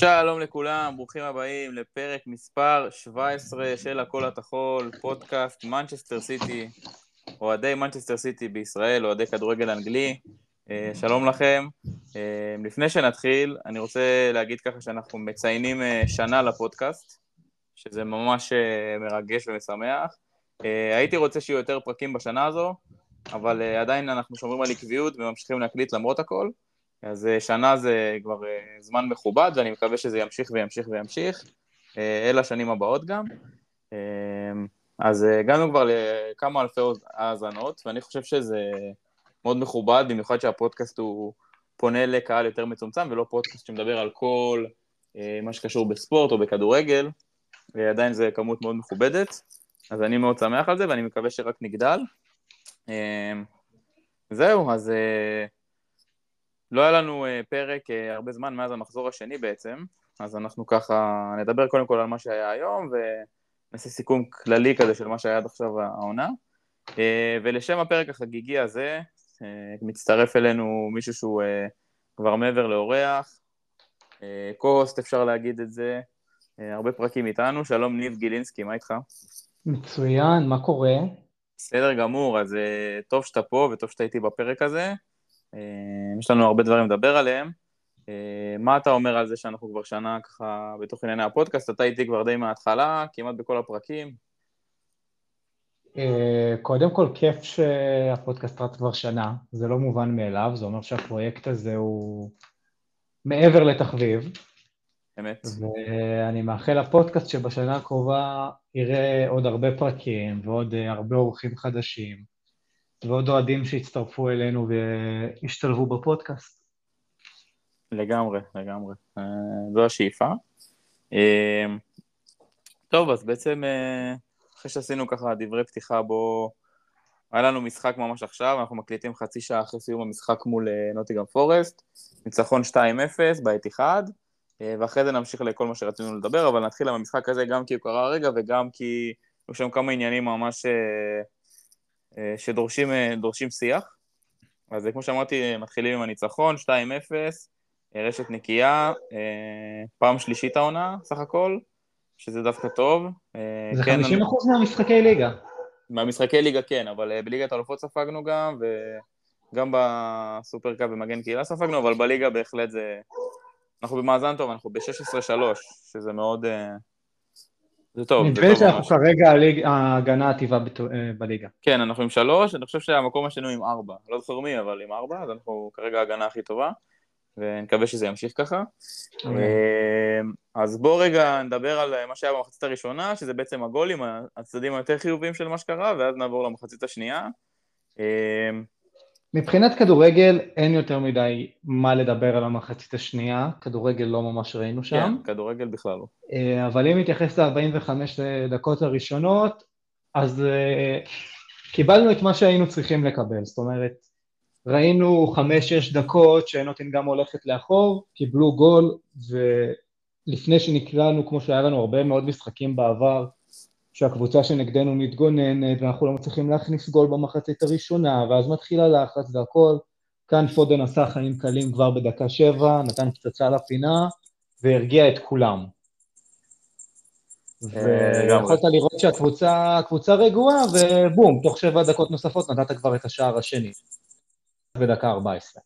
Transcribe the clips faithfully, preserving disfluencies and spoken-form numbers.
שלום לכולם, ברוכים הבאים לפרק מספר שבע עשרה של הכל התחול, פודקאסט מנצ'סטר סיטי, אוהדי מנצ'סטר סיטי בישראל, אוהדי כדורגל אנגלי. שלום לכם. לפני שנתחיל, אני רוצה להגיד ככה שאנחנו מציינים שנה לפודקאסט, שזה ממש מרגש ומשמח. הייתי רוצה שיהיו יותר פרקים בשנה הזו, אבל עדיין אנחנו שומרים על עקביות וממשיכים להקליט למרות הכל. אז שנה זה כבר זמן מכובד, ואני מקווה שזה ימשיך וימשיך וימשיך, אלה השנים הבאות גם. אז הגענו כבר לכמה אלפי האזנות, ואני חושב שזה מאוד מכובד, במיוחד שהפודקאסט הוא פונה לקהל יותר מצומצם, ולא פודקאסט שמדבר על כל מה שקשור בספורט או בכדורגל, ועדיין זה כמות מאוד מכובדת, אז אני מאוד שמח על זה, ואני מקווה שרק נגדל. זהו, אז לא היה לנו פרק הרבה זמן מאז המחזור השני בעצם, אז אנחנו ככה נדבר קודם כל על מה שהיה היום, ונעשה סיכום כללי כזה של מה שהיה עד עכשיו העונה. ולשם הפרק החגיגי הזה, מצטרף אלינו מישהו שהוא כבר מעבר לאורח, קו-הוסט אפשר להגיד את זה, הרבה פרקים איתנו. שלום ניב גילינסקי, מה איתך? מצוין, מה קורה? בסדר גמור, אז טוב שאתה פה וטוב שאתה איתי בפרק הזה. יש לנו הרבה דברים לדבר עליהם. מה אתה אומר על זה שאנחנו כבר שנה ככה בתוך ענייני הפודקאסט? אתה איתי כבר די מההתחלה, כמעט בכל הפרקים. קודם כל, כיף שהפודקאסט רץ כבר שנה, זה לא מובן מאליו, זה אומר שהפרויקט הזה הוא מעבר לתחביב. אמת. ואני מאחל לפודקאסט שבשנה הקרובה יראה עוד הרבה פרקים ועוד הרבה אורחים חדשים, ועוד אוהדים שהצטרפו אלינו והשתלבו בפודקאסט. לגמרי, לגמרי. זו השאיפה. טוב, אז בעצם אחרי שעשינו ככה דברי פתיחה בו, היה לנו משחק ממש עכשיו, אנחנו מקליטים חצי שעה אחרי סיום המשחק מול נוטיגהאם פורסט, ניצחון שתיים אפס באתיחאד, ואחרי זה נמשיך לכל מה שרצינו לדבר, אבל נתחיל עם המשחק הזה גם כי הוא קרה רגע, וגם כי יש שם כמה עניינים ממש שדורשים דורשים שיח. אז כמו שאמרתי, מתחילים עם הניצחון, שתיים אפס, רשת נקייה, פעם שלישית העונה, סך הכל, שזה דווקא טוב. זה כן, חמישים אחוז מהמשחקי ליגה. מהמשחקי ליגה כן, אבל בליגת האלופות ספגנו גם, וגם בסופרקאפ במגן קהילה ספגנו, אבל בליגה בהחלט זה... אנחנו במאזן טוב, אנחנו ב-שש עשרה שלוש, שזה מאוד... זה טוב, זה נדמה טוב שאנחנו ממש. כרגע ההגנה הטבעה בליגה. כן, אנחנו עם שלוש, אני חושב שהמקום השני עם ארבע, לא זוכר מי, אבל עם ארבע, אז אנחנו כרגע ההגנה הכי טובה, ונקווה שזה ימשיך ככה. אז בוא רגע נדבר על מה שהיה במחצית הראשונה, שזה בעצם הגולים, הצדדים היותר חיוביים של מה שקרה, ואז נעבור למחצית השנייה. מבחינת כדורגל אין יותר מדי מה לדבר על המחצית השנייה, כדורגל לא ממש ראינו שם. כן, כדורגל בכלל לא. אבל אם נתייחס ל-ארבעים וחמש דקות הראשונות, אז קיבלנו את מה שהיינו צריכים לקבל, זאת אומרת, ראינו חמש שש דקות שנוטינגהאם הולכת לאחור, קיבלו גול, ולפני שנקלענו, כמו שהיה לנו הרבה מאוד משחקים בעבר, שהקבוצה שנגדנו מתגוננת, ואנחנו לא מצליחים להכניס גול במחצית הראשונה, ואז מתחיל הלחץ והכל, כאן פודן עשה חיים קלים כבר בדקה שבע, נתן פצצה לפינה, והרגיע את כולם. ויכולת לראות שהקבוצה קבוצה רגועה, ובום, תוך שבע דקות נוספות נתת כבר את השער השני, בדקה ארבע עשרה.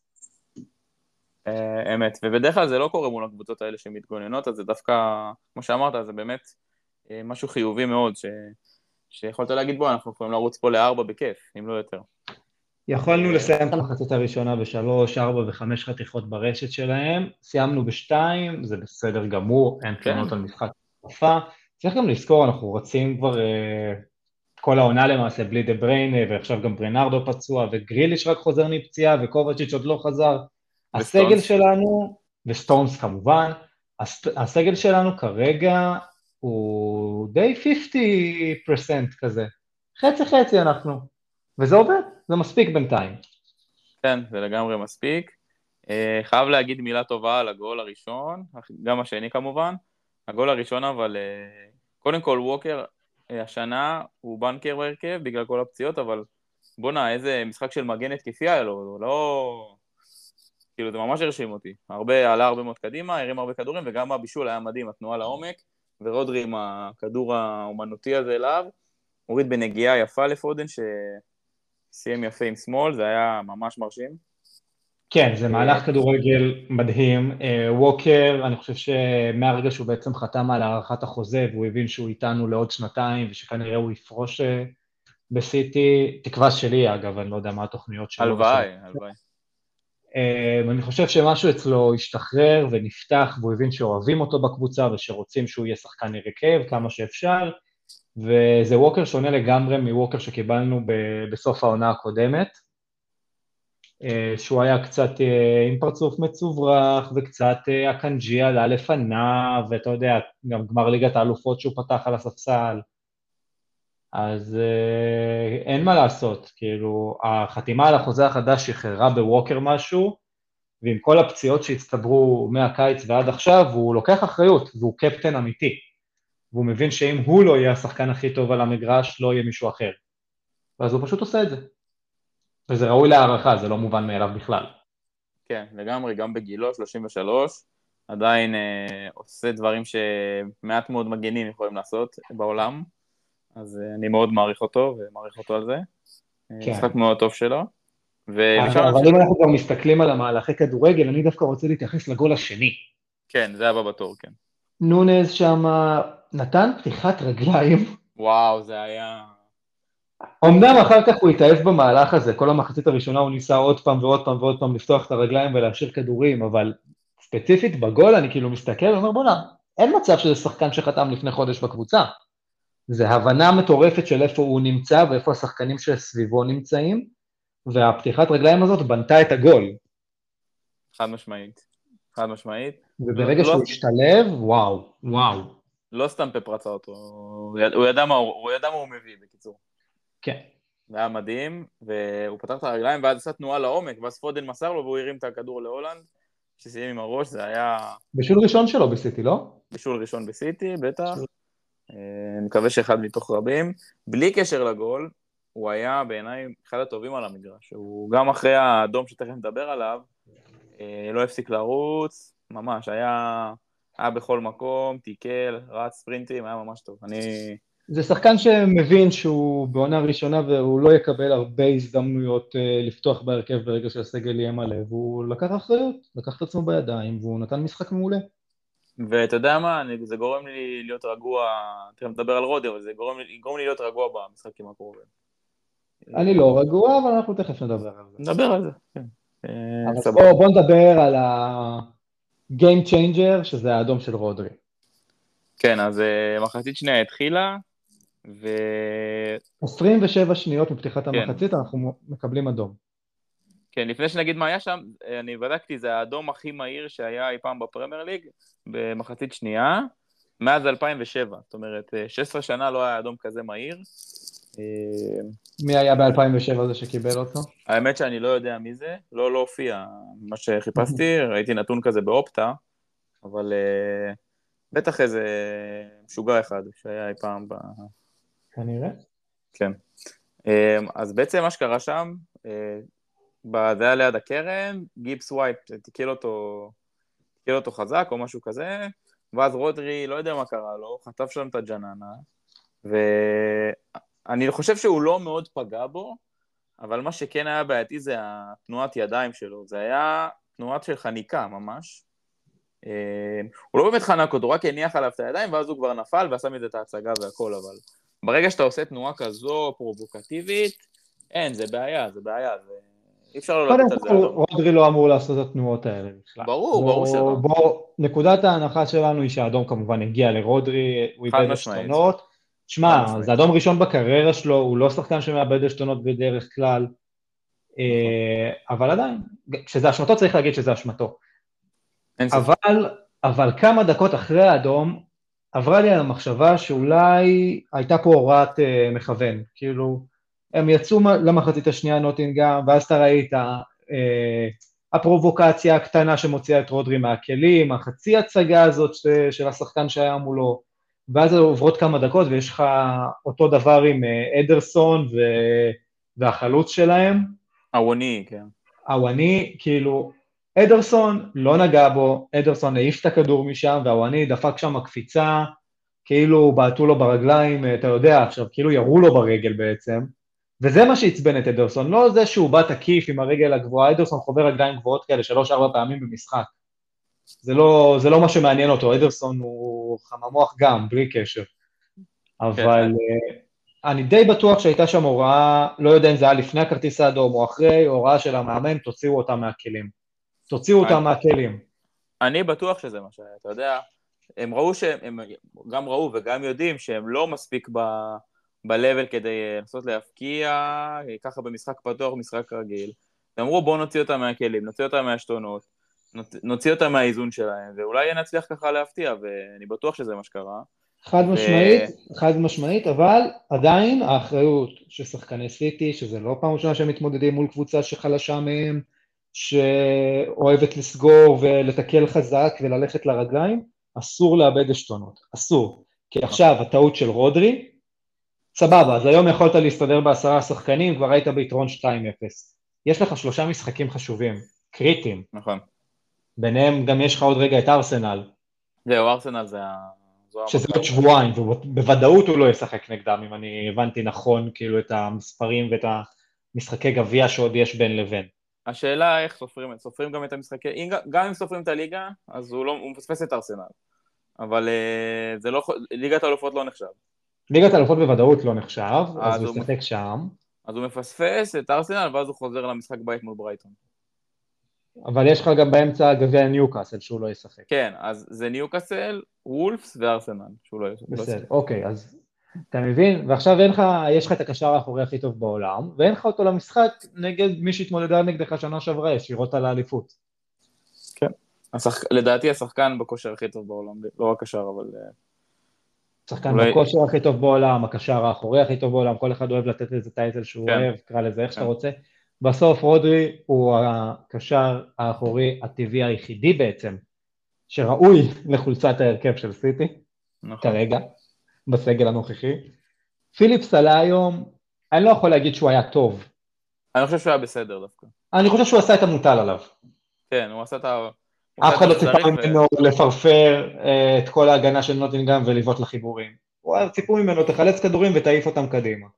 אמת, ובדרך כלל זה לא קורה מול הקבוצות האלה שמתגוננות, אז זה דווקא, כמו שאמרת, זה באמת משהו חיובי מאוד, ש... שיכולת להגיד בו, אנחנו יכולים לרוץ פה לארבע בכיף, אם לא יותר. יכולנו לסיים את המחצית הראשונה בשלוש, ארבע וחמש חתיכות ברשת שלהם, סיימנו בשתיים, זה בסדר גמור, אין תלונות על משחק תקופה, צריך גם לזכור, אנחנו רצים כבר כל העונה למעשה בלי דה בריינה, ועכשיו גם ברנרדו פצוע, וגריליש רק חוזר מפציעה, וקובצ'יץ' עוד לא חזר, הסגל שלנו, וסטונס כמובן, הסגל שלנו כרגע הוא די חמישים אחוז כזה, חצי חצי אנחנו, וזה עובד, זה מספיק בינתיים. כן, זה לגמרי מספיק. חייב להגיד מילה טובה על הגול הראשון, גם השני כמובן, הגול הראשון אבל, קודם כל ווקר השנה הוא בנקר בהרכב בגלל כל הפציעות, אבל בוא נה, איזה משחק של מגן התקפי היה לו, לא... כאילו זה ממש הרשים אותי, הרבה, עלה הרבה מאוד קדימה, הרים הרבה כדורים, וגם הבישול היה מדהים, התנועה לעומק, ורודרי עם הכדור האומנותי הזה אליו, הוריד בנגיעה יפה לפודן, שסיים יפה עם שמאל, זה היה ממש מרשים. כן, זה מהלך כדורגל מדהים. ווקר, אני חושב שמהרגע שהוא בעצם חתם על הארכת החוזה, והוא הבין שהוא איתנו לעוד שנתיים, ושכנראה הוא יפרוש בסיטי, תקווה שלי אגב, אני לא יודע מה התוכניות שלו. הלוואי, הלוואי. אני חושב שמשהו אצלו השתחרר ונפתח, והוא הבין שאוהבים אותו בקבוצה, ושרוצים שהוא יהיה שחקן הרכב כמה שאפשר, וזה ווקר שונה לגמרי מווקר שקיבלנו בסוף העונה הקודמת, שהוא היה קצת עם פרצוף מצוברח, וקצת הקנג'י עלה לפניו, ואתה יודע, גם גמר ליגת האלופות שהוא פתח על הספסל, אז אין מה לעשות, כאילו, החתימה על החוזה החדש שחררה בווקר משהו, ועם כל הפציעות שהצטברו מהקיץ ועד עכשיו, הוא לוקח אחריות, והוא קפטן אמיתי, והוא מבין שאם הוא לא יהיה השחקן הכי טוב על המגרש, לא יהיה מישהו אחר, ואז הוא פשוט עושה את זה. וזה ראוי להערכה, זה לא מובן מאליו בכלל. כן, לגמרי, גם בגילו, שלושים ושלוש, עדיין אה, עושה דברים שמעט מאוד מגנים יכולים לעשות בעולם, אז אה, אני מאוד מעריך אותו, ומעריך אותו על זה. כן. משחק מאוד טוב שלו. אבל, אבל אם אנחנו כבר מסתכלים על המהלכי כדורגל, אני דווקא רוצה להתייחס לגול השני. כן, זה הבא בתור, כן. נונז שם נתן פתיחת רגליים. וואו, זה היה... אמנם אחר כך הוא התאהב במהלך הזה, כל המחצית הראשונה הוא ניסה עוד פעם ועוד פעם ועוד פעם לפתוח את הרגליים ולהשאיר כדורים, אבל ספציפית בגול אני כאילו מסתכל ואומר בונה, אין מצב שזה שחקן שחתם לפני חודש בקבוצה. זה הבנה מטורפת של איפה הוא נמצא ואיפה השחקנים שסביבו נמצאים, והפתיחת רגליים הזאת בנתה את הגול. חד משמעית, חד משמעית. וברגע שהוא השתלב, וואו, וואו. לא סתם פפ רצה אותו, הוא ידע מה הוא מביא בקיצור. כן. זה היה מדהים, והוא פתח את הרגליים, ואז עשה תנועה לעומק, ואז פודן מסר לו, והוא הרים את הכדור להולנד, שסיים עם הראש, זה היה... בישול ראשון שלו בסיטי, לא? בישול ראשון בסיטי, בטח. אני מקווה שאחד מתוך רבים. בלי קשר לגול, הוא היה בעיניי אחד הטובים על המגרש. הוא גם אחרי האדום שתכף נדבר עליו, לא הפסיק לרוץ, ממש, היה, היה בכל מקום, תיקל, רץ, ספרינטים, היה ממש טוב. אני... זה שחקן שמבין שהוא בעונה ראשונה והוא לא יקבל הרבה הזדמנויות לפתוח בהרכב ברגע שהסגל יהיה מלא, והוא לקח אחריות, לקח את עצמו בידיים, והוא נתן משחק מעולה. ואתה יודע מה, אני, זה גורם לי להיות רגוע, תראה, מדבר על רודי, אבל זה גורם לי, גורם לי להיות רגוע במשחקים הקרובים. אני לא רגוע, אבל אנחנו תכף נדבר על זה. נדבר על זה, כן. אבל בוא, בוא נדבר על ה-game changer, שזה האדום של רודרי. כן, אז מחצית שנייה התחילה, ו... עשרים ושבע שניות מפתיחת המחצית, אנחנו מקבלים אדום. כן, לפני שנגיד מה היה שם, אני בדקתי, זה האדום הכי מהיר שהיה אי פעם בפרמייר ליג, במחצית שנייה, מאז אלפיים ושבע, זאת אומרת, שש עשרה שנה לא היה אדום כזה מהיר. מי היה ב-אלפיים ושבע זה שקיבל אותו? האמת שאני לא יודע מי זה, לא, לא הופיע מה שחיפשתי, ראיתי נתון כזה באופטה, אבל בטח איזה משוגע אחד שהיה אי פעם ב... כנראה. כן. אז בעצם מה שקרה שם, זה היה ליד הקרן, גיבס ווייט, תיקל אותו, תיקל אותו חזק או משהו כזה, ואז רודרי, לא יודע מה קרה לו, חטף שם את הג'ננה, ואני חושב שהוא לא מאוד פגע בו, אבל מה שכן היה בעייתי זה התנועת ידיים שלו, זה היה תנועת של חניקה ממש, הוא לא באמת חנק אותו, רק הניח עליו את הידיים, ואז הוא כבר נפל ועשה מזה את ההצגה והכל, אבל ברגע שאתה עושה תנועה כזו פרובוקטיבית, אין, זה בעיה, זה בעיה, זה... אי אפשר לא לתת על זה. רודרי לא אמור לעשות את התנועות האלה. ברור, ברור שלא. בוא, נקודת ההנחה שלנו היא שהאדום כמובן הגיע לרודרי, הוא איבד עשתונות. תשמע, זה אדום ראשון בקריירה שלו, הוא לא שחקן שמאבד עשתונות בדרך כלל, אבל עדיין, כשזה אשמתו צריך להגיד שזה אשמתו. אבל, אבל כמה דקות אחרי האדום, עברה לי על המחשבה שאולי הייתה פה הוראת מכוון, כאילו, הם יצאו למחצית השנייה נוטינגהאם, ואז אתה ראית אה, הפרובוקציה הקטנה שמוציאה את רודרי מהכלים, החצי הצגה הזאת של השחקן שהיה מולו, ואז עוברות כמה דקות, ויש לך אותו דבר עם אדרסון ו... והחלוץ שלהם. אווני, כן. אווני, כאילו, אדרסון לא נגע בו, אדרסון העיף את הכדור משם, והוואני דפק שם קפיצה, כאילו בעטו לו ברגליים, אתה יודע, עכשיו כאילו ירו לו ברגל בעצם, וזה מה שעצבן את אדרסון, לא זה שהוא בא תקיף עם הרגל הגבוהה, אדרסון חובר רגליים גבוהות כאלה שלוש ארבע פעמים במשחק, זה לא, זה לא מה שמעניין אותו, אדרסון הוא חממוח גם, בלי קשר, אבל אני די בטוח שהייתה שם הוראה, לא יודע אם זה היה לפני הכרטיס האדום או אחרי, הוראה של המאמן, תוציאו אותם מהכלים, תוציאו אותם מהכלים. אני בטוח שזה מה שהיה, אתה יודע, הם ראו שהם, הם גם ראו וגם יודעים שהם לא מספיק ב... ב-level כדי לנסות להפקיע, ככה במשחק פתוח, משחק רגיל. הם אמרו בואו נוציא אותם מהכלים, נוציא אותם מהשתונות, נוציא אותם מהאיזון שלהם, ואולי נצליח ככה להפתיע, ואני בטוח שזה מה שקרה. חד משמעית, ו... חד משמעית, אבל עדיין האחריות של שחקני סיטי, שזה לא פעם ראשונה שהם מתמודדים מול קבוצה שחלשה מהם, שאוהבת לסגור ולתקל חזק וללכת לרגליים, אסור לאבד השתונות, אסור. כי עכשיו הטעות של רודרי, סבבה, אז היום יכולת להסתדר בעשרה שחקנים, כבר היית ביתרון שתיים אפס. יש לך שלושה משחקים חשובים, קריטיים. נכון. ביניהם גם יש לך עוד רגע את ארסנל. זהו, ארסנל זה ה... שזה עוד שבועיים, ובוודאות הוא לא ישחק נגדם, אם אני הבנתי נכון, כאילו את המספרים ואת המשחקי גביע שעוד יש בין לבין. השאלה איך סופרים, סופרים גם את המשחקי, גם אם סופרים את הליגה, אז הוא, לא, הוא מפספס את ארסנל. אבל זה לא, ליגת האלופות לא נחשב. ליגת האלופות בוודאות לא נחשב, אז, אז הוא ישחק שם. אז הוא מפספס את ארסנל, ואז הוא חוזר למשחק בית מול ברייטון. אבל יש לך גם באמצע גביע ניוקאסל שהוא לא ישחק. כן, אז זה ניוקאסל, וולפס וארסנל שהוא לא ישחק. בסדר, אוקיי, אז אתה מבין? ועכשיו אין לך, יש לך את הקשר האחורי הכי טוב בעולם, ואין לך אותו למשחק נגד מי שהתמודדה נגדך שנה שעברה, ישירות על האליפות. כן, השח... לדעתי השחקן בכושר הכי טוב בעולם, לא רק הקשר, אבל... שחקן אולי... בכושר הכי טוב בעולם, הקשר האחורי הכי טוב בעולם, כל אחד אוהב לתת איזה טייטל שהוא כן. אוהב, קרא לזה איך כן. שאתה רוצה. בסוף רודרי הוא הקשר האחורי הטבעי היחידי בעצם, שראוי לחולצת ההרכב של סיטי, נכון. כרגע, בסגל הנוכחי. פיליפס עלה היום, אני לא יכול להגיד שהוא היה טוב. אני חושב שהוא היה בסדר דווקא. אני חושב שהוא עשה את המוטל עליו. כן, הוא עשה את ה... אף אחד לא ציפה ממנו לפרפר את כל ההגנה של נוטינגהאם ולבעוט לחיבורים. הוא ציפו ממנו, תחלץ כדורים ותעיף אותם קדימה.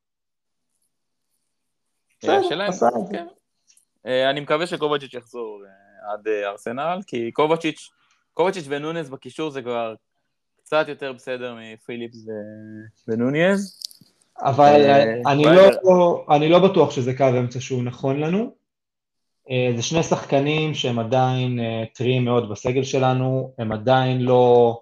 אני מקווה שקובצ'יץ' יחזור עד ארסנל, כי קובצ'יץ' קובצ'יץ' ונוניז בקישור זה כבר קצת יותר בסדר מפיליפס ונוניז. אבל אני לא בטוח שזה קו אמצע שהוא נכון לנו. זה שני שחקנים שהם עדיין טריים מאוד בסגל שלנו, הם עדיין לא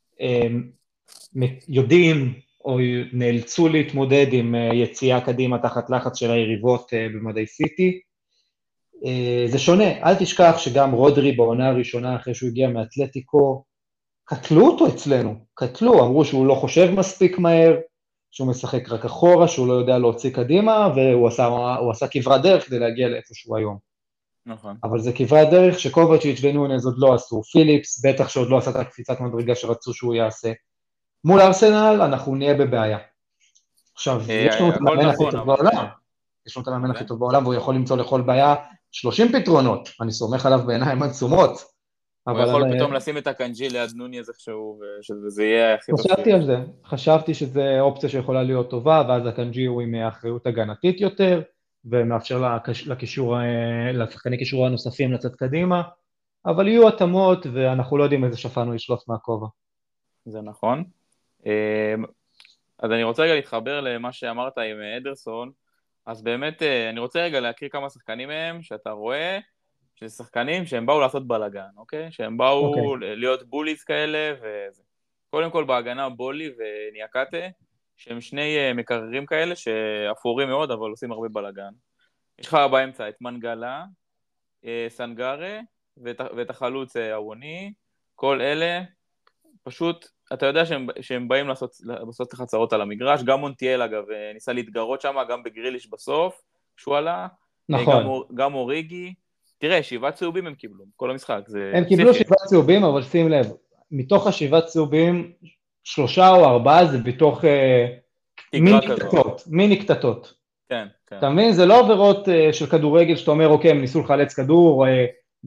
יודעים או נאלצו להתמודד עם יציאה קדימה תחת לחץ של היריבות במדי סיטי. זה שונה, אל תשכח שגם רודרי בעונה הראשונה אחרי שהוא הגיע מאתלטיקו, קטלו אותו אצלנו, קטלו, אמרו שהוא לא חושב מספיק מהר, שהוא משחק רק אחורה, שהוא לא יודע להוציא קדימה, והוא עשה, הוא עשה כברת דרך כדי להגיע לאיפה שהוא היום. נכון. אבל זה כברת דרך שקובצ'יץ' ונונז עוד לא עשו, פיליפס בטח שעוד לא עשה את הקפיצת מדרגה שרצו שהוא יעשה. מול ארסנל אנחנו נהיה בבעיה. עכשיו, יש לנו את המאמן הכי טוב בעולם, יש לנו את המאמן הכי טוב בעולם, והוא יכול למצוא לכל בעיה שלושים פתרונות, אני סומך עליו בעיניים עצומות. הוא יכול פתאום לשים את הקנג'י ליד נוניז איכשהו, ושזה יהיה הכי טוב. חשבתי על זה, חשבתי שזו אופציה שיכולה להיות טובה, ואז הקנג'י הוא עם אחריות הגנתית יותר, ומאפשר לקישור, לשחקני קישור הנוספים לצאת קדימה, אבל יהיו התאמות, ואנחנו לא יודעים איזה שפן הוא ישלוף מהכובע. זה נכון. אז אני רוצה רגע להתחבר למה שאמרת עם אדרסון, אז באמת אני רוצה רגע להקריא כמה שחקנים מהם, שאתה רואה, שזה שחקנים שהם באו לעשות בלגן, אוקיי? שהם באו okay. להיות בוליס כאלה, וזה. קודם כל בהגנה בולי וניאקטה, שהם שני מקררים כאלה, שאפורים מאוד, אבל עושים הרבה בלגן. יש לך באמצע את מנגלה, סנגרה, ואת, ואת החלוץ הווני, כל אלה, פשוט, אתה יודע שהם, שהם באים לעשות, לעשות לך צרות על המגרש, גם מונטיאל אגב, ניסה להתגרות שם, גם בגריליש בסוף, כשהוא עלה, נכון. גם, גם אוריגי, תראה, שבעת צהובים הם קיבלו, כל המשחק, זה... הם קיבלו שבעת צהובים, אבל שים לב, מתוך השבעת צהובים, שלושה או ארבעה זה בתוך מיני קטטות, מיני קטטות. כן, כן. אתה מבין? זה לא עבירות של כדורגל שאתה אומר, אוקיי, הם ניסו לחלץ כדור,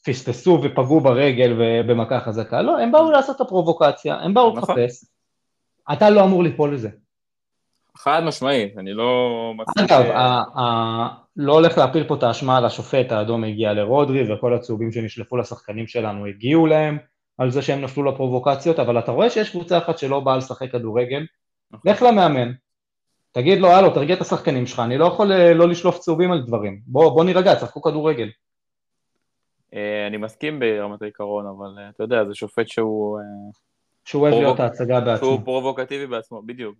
פספסו ופגעו ברגל ובמכה חזקה, לא, הם באו לעשות את הפרובוקציה, הם באו נכון. לחפש, אתה לא אמור ליפול לזה. חד משמעית, אני לא מצליח... אגב, לא הולך להפיל פה את האשמה על השופט, האדום הגיע לרודרי, וכל הצהובים שנשלפו לשחקנים שלנו הגיעו להם, על זה שהם נפלו לפרובוקציות, אבל אתה רואה שיש קבוצה אחת שלא באה לשחק כדורגל, לך למאמן, תגיד לו, הלו, תרגיע את השחקנים שלך, אני לא יכול לא לשלוף צהובים על דברים, בוא, בוא נירגע, צחקו כדורגל. אני מסכים ברמת העיקרון, אבל אתה יודע, זה שופט שהוא... שהוא אוהב להיות ההצגה בעצמו. שהוא פרובוקטיבי בעצמו, בדיוק.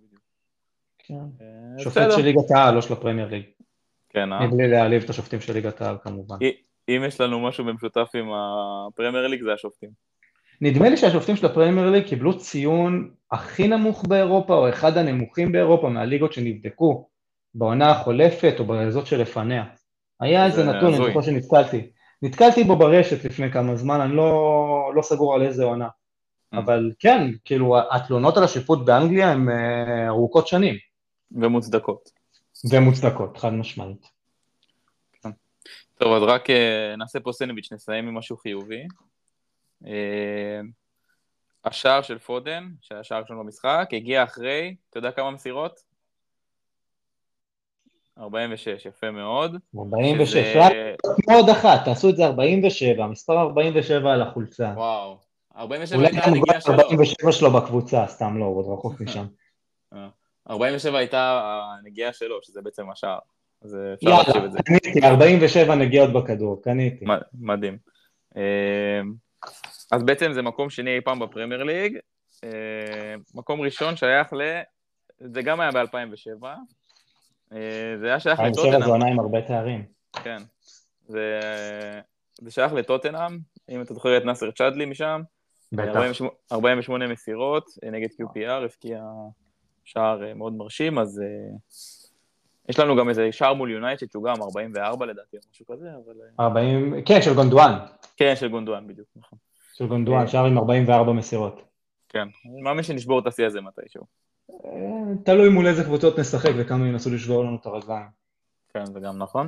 שופט של ליגת העל, לא של הפרמייר ליג. כן, אה? מבלי להעליב את השופטים של ליגת העל, כמובן. אם יש לנו משהו במשותף עם הפרמייר ליג, זה השופטים. נדמה לי שהשופטים של הפרמייר ליג קיבלו ציון הכי נמוך באירופה, או אחד הנמוכים באירופה, מהליגות שנבדקו בעונה החולפת, או באזות שלפניה. היה איזה נתון, אני זוכר שנתקלתי. נתקלתי בו ברשת לפני כמה זמן, אני לא, לא סגור על איזה עונה. אבל כן, כאילו, התלונות על השיפוט באנגליה הן ארוכות שנים. ומוצדקות. ומוצדקות, חד משמעית. טוב, אז רק נעשה פה סנדוויץ', נסיים עם משהו חיובי. השער של פודן, שהיה שער שלנו במשחק, הגיע אחרי, אתה יודע כמה מסירות? ארבעים ושש, יפה מאוד. ארבעים ושש, רק מאוד אחת, תעשו את זה ארבעים ושבע, מספר ארבעים ושבע על החולצה. וואו, ארבעים ושבע הייתה הנגיעה שלו. אולי גם ארבעים ושבע שלו בקבוצה, סתם לא, עוד רחוק משם. ארבעים ושבע הייתה הנגיעה שלו, שזה בעצם השער. אז אפשר להקשיב את זה. קניתי, ארבעים ושבע נגיעות בכדור, קניתי. מדהים. אז בעצם זה מקום שני אי פעם בפרמייר ליג, מקום ראשון שייך ל... זה גם היה ב-אלפיים ושבע, זה היה שייך לטוטנאם. אלפיים ושבע זה עונה עם הרבה תארים. כן, זה, זה שייך לטוטנאם, אם אתה זוכר את נאסר צ'אדלי משם, ארבעים ושמונה מסירות נגד קיו פי אר, הפקיע שער מאוד מרשים, אז יש לנו גם איזה שער מול יונייטד, שהוא גם ארבעים וארבע לדעתי, או משהו כזה, אבל... ארבעים, כן, של גונדואן. כן, של גונדואן, בדיוק, נכון. של גונדואן, שער עם ארבעים וארבע מסירות. כן, אני מאמין שנשבור את השיא הזה מתישהו. תלוי מול איזה קבוצות נשחק וכמה ינסו לשבור לנו את הרגליים. כן, זה גם נכון.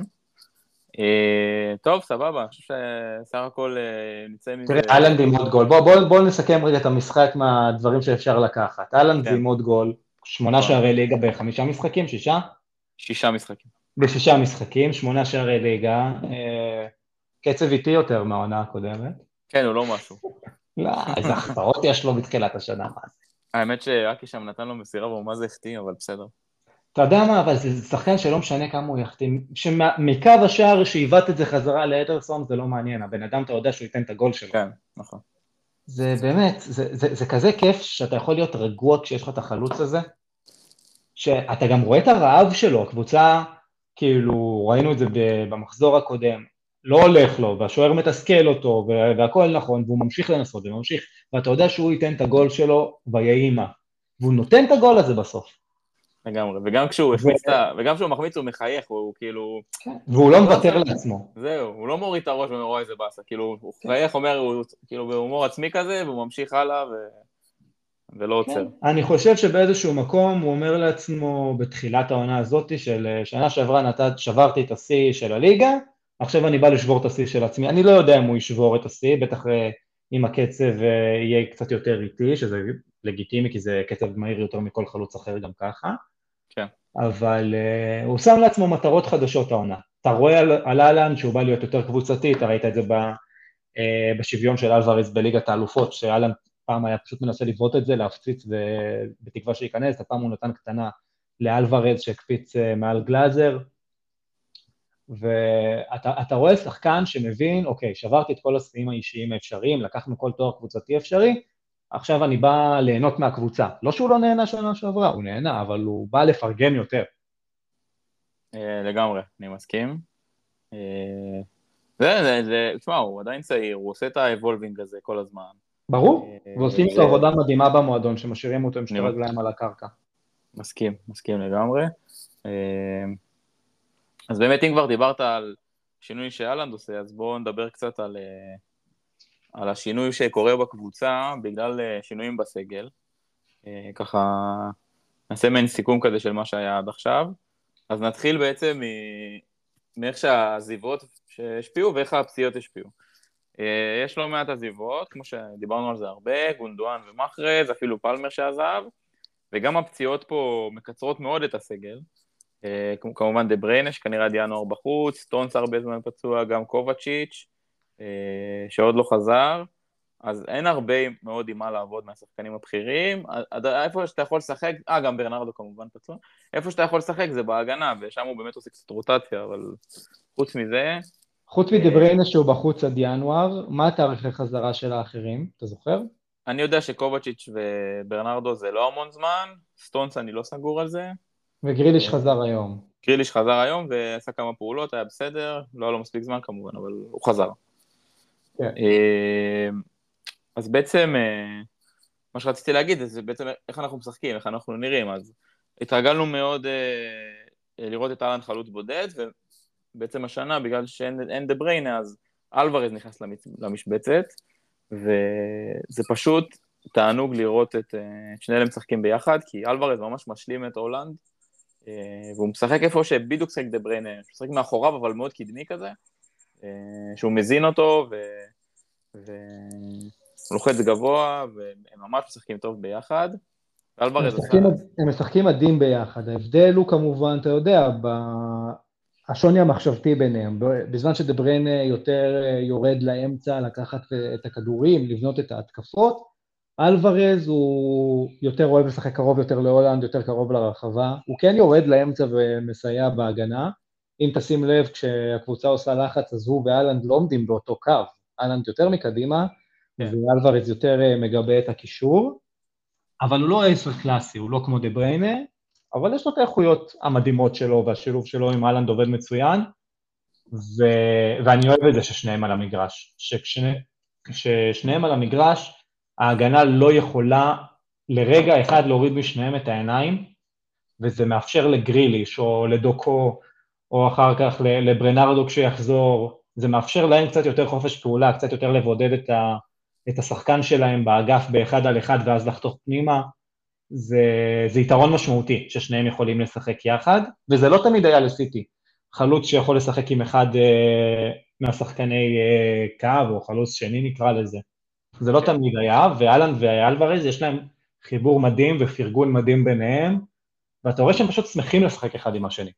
טוב, סבבה, אני חושב שסך הכל נצא מזה... תראה, אהלנד עם עוד גול. בואו נסכם רגע את המשחק מהדברים שאפשר לקחת. אהלנד עם עוד גול, שמונה שערי ליגה בחמישה משחקים, שישה? שישה משחקים. בשישה משחקים, שמונה שערי ליגה, קצב איטי יותר מהעונה הקודמת. כן, הוא לא משהו. לא, איזה החטאות יש לו בתחילת השנה. האמת שאקי שם נתן לו מסירה והוא מה זה החטיא, אבל בסדר. אתה יודע מה, אבל זה שחקן שלא משנה כמה הוא יחטיא, שמקו השער שהיוות את זה חזרה לאדרסון זה לא מעניין, הבן אדם אתה יודע שהוא ייתן את הגול שלו. כן, נכון. זה באמת, זה, זה, זה כזה כיף שאתה יכול להיות רגוע כשיש לך את החלוץ הזה, שאתה גם רואה את הרעב שלו, הקבוצה, כאילו, ראינו את זה במחזור הקודם, לא הולך לו, והשוער מתסכל אותו, והכל נכון, והוא ממשיך לנסות, וממשיך, ואתה יודע שהוא ייתן את הגול שלו ויהי מה, והוא נותן את הגול הזה בסוף. לגמרי, וגם כשהוא החמיץ את ה... וגם כשהוא מחמיץ הוא מחייך, הוא כאילו... והוא לא מוותר לעצמו. זהו, הוא לא מוריד את הראש ואומר, רואה איזה באסה, כאילו, הוא מחייך, אומר, הוא כאילו בהומור עצמי כזה, והוא ממשיך הלאה ולא עוצר. אני חושב שבאיזשהו מקום הוא אומר לעצמו, בתחילת העונה הזאת, של שנה שעברה שברתי את השיא של הליגה, עכשיו אני בא לשבור את השיא של עצמי. אני לא יודע אם הוא ישבור את השיא, בטח אם הקצב יהיה קצת יותר איטי, שזה לגיטימי, כי זה קצב מהיר יותר מכל חלוץ אחר גם ככה. כן. אבל uh, הוא שם לעצמו מטרות חדשות העונה. אתה רואה על, על אהלנד שהוא בא להיות יותר קבוצתי, אתה ראית את זה ב, uh, בשוויון של אלוורז בליגת האלופות, שאהלנד פעם היה פשוט מנסה לברות את זה, להפציץ בתקווה שייכנס, הפעם הוא נתן קטנה לאלוורז שהקפיץ uh, מעל גלאזר, ואתה רואה שחקן שמבין, אוקיי, שברתי את כל השיאים האישיים האפשריים, לקחנו כל תואר קבוצתי אפשרי, עכשיו אני בא ליהנות מהקבוצה. לא שהוא לא נהנה שנה שעברה, הוא נהנה, אבל הוא בא לפרגן יותר. לגמרי, אני מסכים. זה, זה, תשמע, הוא עדיין צעיר, הוא עושה את האבולבינג הזה כל הזמן. ברור, ועושים את העבודה מדהימה במועדון, שמשאירים אותו עם שתי רגליים על הקרקע. מסכים, מסכים לגמרי. אז באמת, אם כבר דיברת על שינוי שאלנד עושה, אז בואו נדבר קצת על... על השינוי שקורה בקבוצה, בגלל שינויים בסגל. ככה, נעשה מעין סיכום כזה של מה שהיה עד עכשיו. אז נתחיל בעצם מאיך שהעזיבות שהשפיעו ואיך הפציעות השפיעו. יש לא מעט עזיבות, כמו שדיברנו על זה הרבה, גונדואן ומחרז, אפילו פלמר שעזב, וגם הפציעות פה מקצרות מאוד את הסגל, כמובן דה בריינה, שכנראה עד ינואר בחוץ, סטונס הרבה זמן פצוע, גם קובצ'יץ', שעוד לא חזר, אז אין הרבה מאוד עם מה לעבוד מהשחקנים הבכירים, איפה שאתה יכול לשחק, אה, גם ברנרדו כמובן פצוע, איפה שאתה יכול לשחק זה בהגנה, ושם הוא באמת עושה קצת רוטציה, אבל חוץ מזה... חוץ מדה בריינה שהוא בחוץ עד ינואר, מה התאריך לחזרה של האחרים, אתה זוכר? אני יודע שקובצ'יץ' וברנרדו זה לא המון זמן, סטונס אני לא סגור על זה. וגריליש חזר היום. גריליש חזר היום ועשה כמה פעולות, היה בסדר, לא היה לו מספיק זמן כמובן, אבל הוא חזר. כן. אז בעצם, מה שרציתי להגיד, זה בעצם איך אנחנו משחקים, איך אנחנו נראים, אז התרגלנו מאוד לראות את אהלנד חלוץ בודד, ובעצם השנה, בגלל שאין דה בריינה, אז אלוורז נכנס למשבצת, וזה פשוט תענוג לראות את שני אלה משחקים ביחד, כי אלוורז ממש משלים את הולנד, והוא משחק איפה שבדיוק שחק דה בריינה, הוא משחק מאחוריו, אבל מאוד קדמי כזה, שהוא מזין אותו, והוא לוחץ גבוה, והם ממש משחקים טוב ביחד. הם משחקים, הם משחקים מדהים ביחד, ההבדל הוא כמובן, אתה יודע, השוני המחשבתי ביניהם, בזמן שדה בריינה יותר יורד לאמצע, לקחת את הכדורים, לבנות את ההתקפות, אלוורז הוא יותר אוהב לשחק קרוב יותר להולנד, יותר קרוב לרחבה, הוא כן יורד לאמצע ומסייע בהגנה, אם תשים לב, כשהקבוצה עושה לחץ, אז הוא ואלנד לא עומדים באותו קו, אלנד יותר מקדימה, כן. ואלוורז יותר מגבה את הקישור, אבל הוא לא עשר קלאסי, הוא לא כמו דה בריינה, אבל יש לו את האיכויות המדהימות שלו, והשילוב שלו עם אלנד עובד מצוין, ו... ואני אוהב את זה ששניהם על המגרש, ששניהם על המגרש, ההגנה לא יכולה לרגע אחד להוריד משניהם את העיניים, וזה מאפשר לגריליש או לדוקו, או אחר כך לברנרדו כשיחזור, זה מאפשר להם קצת יותר חופש פעולה, קצת יותר לבודד את, ה, את השחקן שלהם באגף באחד על אחד, ואז לחתוך פנימה, זה, זה יתרון משמעותי ששניהם יכולים לשחק יחד, וזה לא תמיד היה לסיטי, חלוץ שיכול לשחק עם אחד אה, מהשחקני אה, קו, או חלוץ שני נקרא לזה, זה לא תמיד היה, ואלנד ואלוורז יש להם חיבור מדהים ופרגון מדהים ביניהם, ואתה רואה שהם פשוט שמחים לשחק אחד עם השני.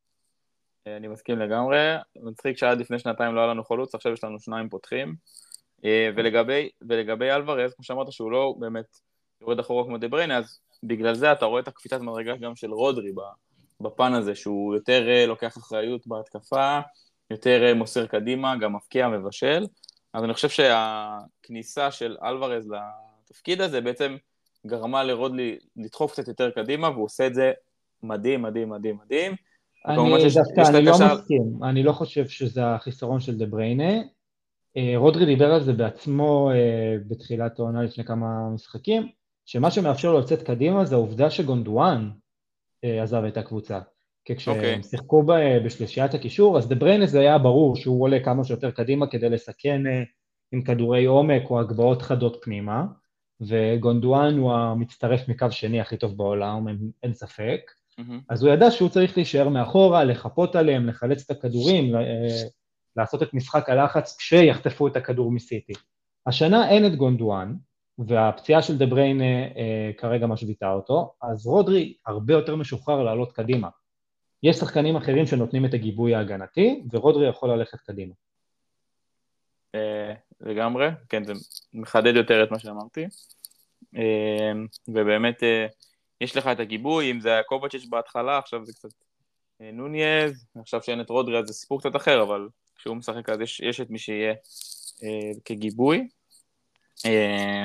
אני מסכים לגמרי, מצחיק שעד לפני שנתיים לא היה לנו חלוץ, עכשיו יש לנו שניים פותחים, ולגבי, ולגבי אלוורז, כמו שאמרת שהוא לא באמת יורד אחורה כמו דה בריינה, אז בגלל זה אתה רואה את הקפיצת מדרגה גם של רודרי בפן הזה, שהוא יותר לוקח אחריות בהתקפה, יותר מוסר קדימה, גם מפקיע, מבשל, אז אני חושב שהכניסה של אלוורז לתפקיד הזה בעצם גרמה לרודלי לדחוף קצת יותר קדימה, והוא עושה את זה מדהים, מדהים, מדהים, מדהים. אני דווקא, אני לא מסכים, אני לא חושב שזה החיסרון של דה בריינה, רודרי דיבר על זה בעצמו בתחילת העונה לפני כמה משחקים, שמה שמאפשר לו לצאת קדימה זה העובדה שגונדואן עזב את הקבוצה, כי כשהם שיחקו בשלישיית הקישור, אז דה בריינה זה היה ברור שהוא עולה כמה שיותר קדימה כדי לסכן עם כדורי עומק או הגבעות חדות פנימה, וגונדואן הוא המצטרף מקו שני הכי טוב בעולם, אין ספק, אז הוא ידע שהוא צריך להישאר מאחורה, לחפות עליהם, לחלץ את הכדורים, לעשות את משחק הלחץ כשיחטפו את הכדור מסיטי. השנה אין את גונדואן, והפציעה של דה בריינה אה, כרגע משביתה אותו, אז רודרי הרבה יותר משוחרר לעלות קדימה. יש שחקנים אחרים שנותנים את הגיבוי ההגנתי, ורודרי יכול ללכת קדימה. אה, לגמרי, כן, זה מחדד יותר את מה שאמרתי, אה, ובאמת אה, יש לך את הגיבוי, אם זה היה קובצ'יץ' בהתחלה, עכשיו זה קצת אה, נוניאז, עכשיו שאין את רודרי אז זה סיפור קצת אחר, אבל כשהוא משחק אז יש, יש את מי שיהיה אה, כגיבוי, אה,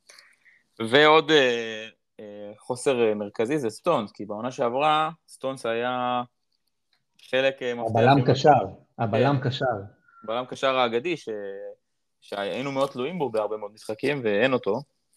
ועוד אה, אה, חוסר אה, מרכזי זה סטונס, כי בעונה שעברה סטונס היה חלק אה, מפתח. הבלם קשר, הבלם כן, קשר. הבלם קשר האגדי, ש... שהיינו מאוד תלויים בו בהרבה מאוד משחקים, ואין אותו,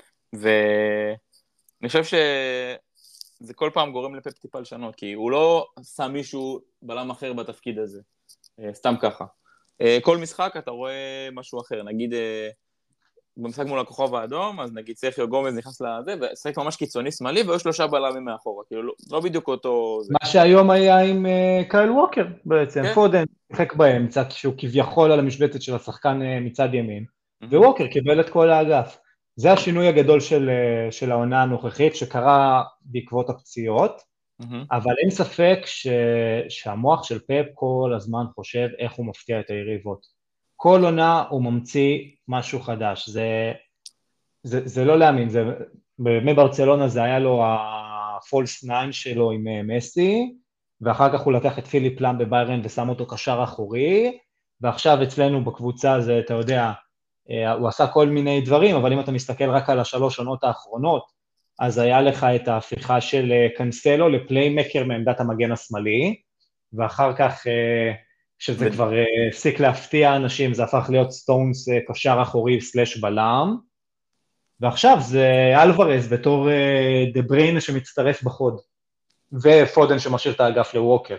ואני חושב שזה כל פעם גורם לפפ טיפה לשנות, כי הוא לא שם מישהו בלם אחר בתפקיד הזה, סתם ככה. כל משחק אתה רואה משהו אחר, נגיד במשחק מול הכוכב האדום, אז נגיד סרחיו גומז נכנס לזה, ושחק ממש קיצוני שמאלי, והיו שלושה בלמים מאחורה, כאילו לא, לא בדיוק אותו... זה. מה שהיום היה עם uh, קייל ווקר בעצם, כן. פודן שחק באמצע, שהוא כביכול על המשבצת של השחקן uh, מצד ימין, Mm-hmm. וווקר קיבל את כל האגף. זה השינוי הגדול של, uh, של העונה הנוכחית, שקרה בעקבות הפציעות, mm-hmm. אבל אין ספק ש, שהמוח של פפ כל הזמן חושב איך הוא מפתיע את היריבות. כל עונה הוא ממציא משהו חדש, זה, זה, זה לא להאמין, זה, מברצלונה זה היה לו הפולס ניין שלו עם מסי, ואחר כך הוא לקח את פיליפ לם בביירן ושם אותו קשר אחורי, ועכשיו אצלנו בקבוצה זה, אתה יודע, הוא עשה כל מיני דברים, אבל אם אתה מסתכל רק על השלוש עונות האחרונות, אז היה לך את ההפיכה של קנסלו לפליימקר מעמדת המגן השמאלי, ואחר כך, שזה כבר הפסיק להפתיע אנשים, זה הפך להיות סטונס קשר אחורי סלש בלם, ועכשיו זה אלוורז בתור דה בריינה שמצטרף בחוד, ופודן שמשאיר את האגף לווקר.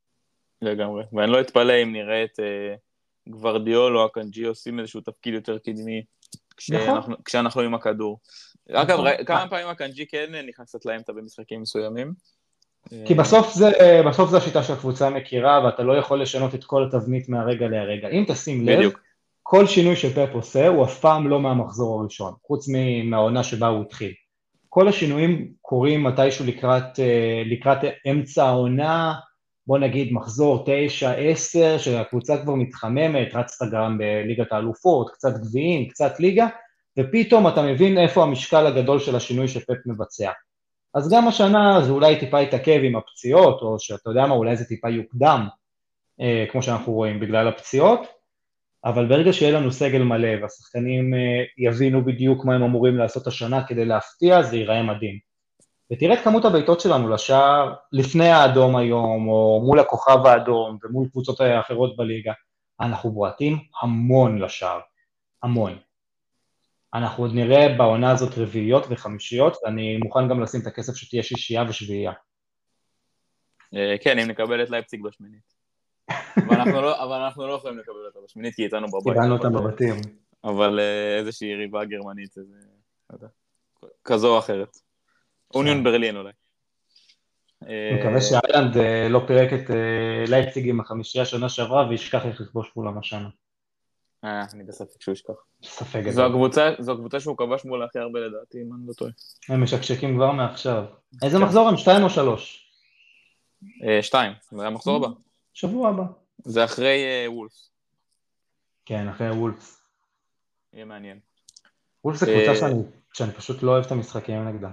לגמרי, ואני לא אתפלא אם נראה את גוורדיול או הקנג'י עושים איזשהו תפקיד יותר קדמי, כשאנחנו עם הכדור. אגב, כמה פעמים הקנג'י כן נכנס קצת לאמצע במשחקים מסוימים? כי בסוף זה, בסוף זה השיטה שהקבוצה מכירה, ואתה לא יכול לשנות את כל התבנית מהרגע להרגע. אם תשים לב, בדיוק. כל שינוי שפפ עושה, הוא אף פעם לא מהמחזור הראשון, חוץ מהעונה שבה הוא התחיל. כל השינויים קורים מתישהו לקראת, לקראת אמצע העונה, בוא נגיד מחזור תשע עשר, שהקבוצה כבר מתחממת, רצת גם בליגת האלופות, קצת גביעים, קצת ליגה, ופתאום אתה מבין איפה המשקל הגדול של השינוי שפפ מבצע. אז גם השנה זה אולי טיפה יתעכב עם הפציעות, או שאתה יודע מה, אולי זה טיפה יוקדם, כמו שאנחנו רואים בגלל הפציעות, אבל ברגע שיהיה לנו סגל מלא, והשחקנים יבינו בדיוק מה הם אמורים לעשות השנה כדי להפתיע, זה ייראה מדהים. ותראה את כמות הביתות שלנו לשער, לפני האדום היום, או מול הכוכב האדום, ומול קבוצות האחרות בליגה, אנחנו בועטים המון לשער, המון. אנחנו עוד נראה בעונה הזאת רביעיות וחמישיות, ואני מוכן גם לשים את הכסף שתהיה שישייה ושביעייה. כן, אם נקבל את לייפציג בשמינית. אבל אנחנו לא יכולים לקבל אותה בשמינית, כי איתנו בבית. קיבלנו אותה בבתים. אבל איזושהי יריבה גרמנית, כזו או אחרת. אוניון ברלין אולי. אני מקווה שאיילנד לא פירק את לייפציג עם החמישייה שנה שעברה, וישכח איך לכבוש מולם השנה. אה, אני בספק שהוא ישכח. ספק גדול. זו הקבוצה, זו הקבוצה שהוא כבש מולה הכי הרבה לדעתי, אם אני לא טועה. הם משקשקים כבר מעכשיו. איזה מחזור הם? שתיים או שלוש? שתיים, זה המחזור הבא. שבוע הבא. זה אחרי וולפס. כן, אחרי וולפס. יהיה מעניין. וולפס זה קבוצה שאני פשוט לא אוהב את המשחקים נגדה.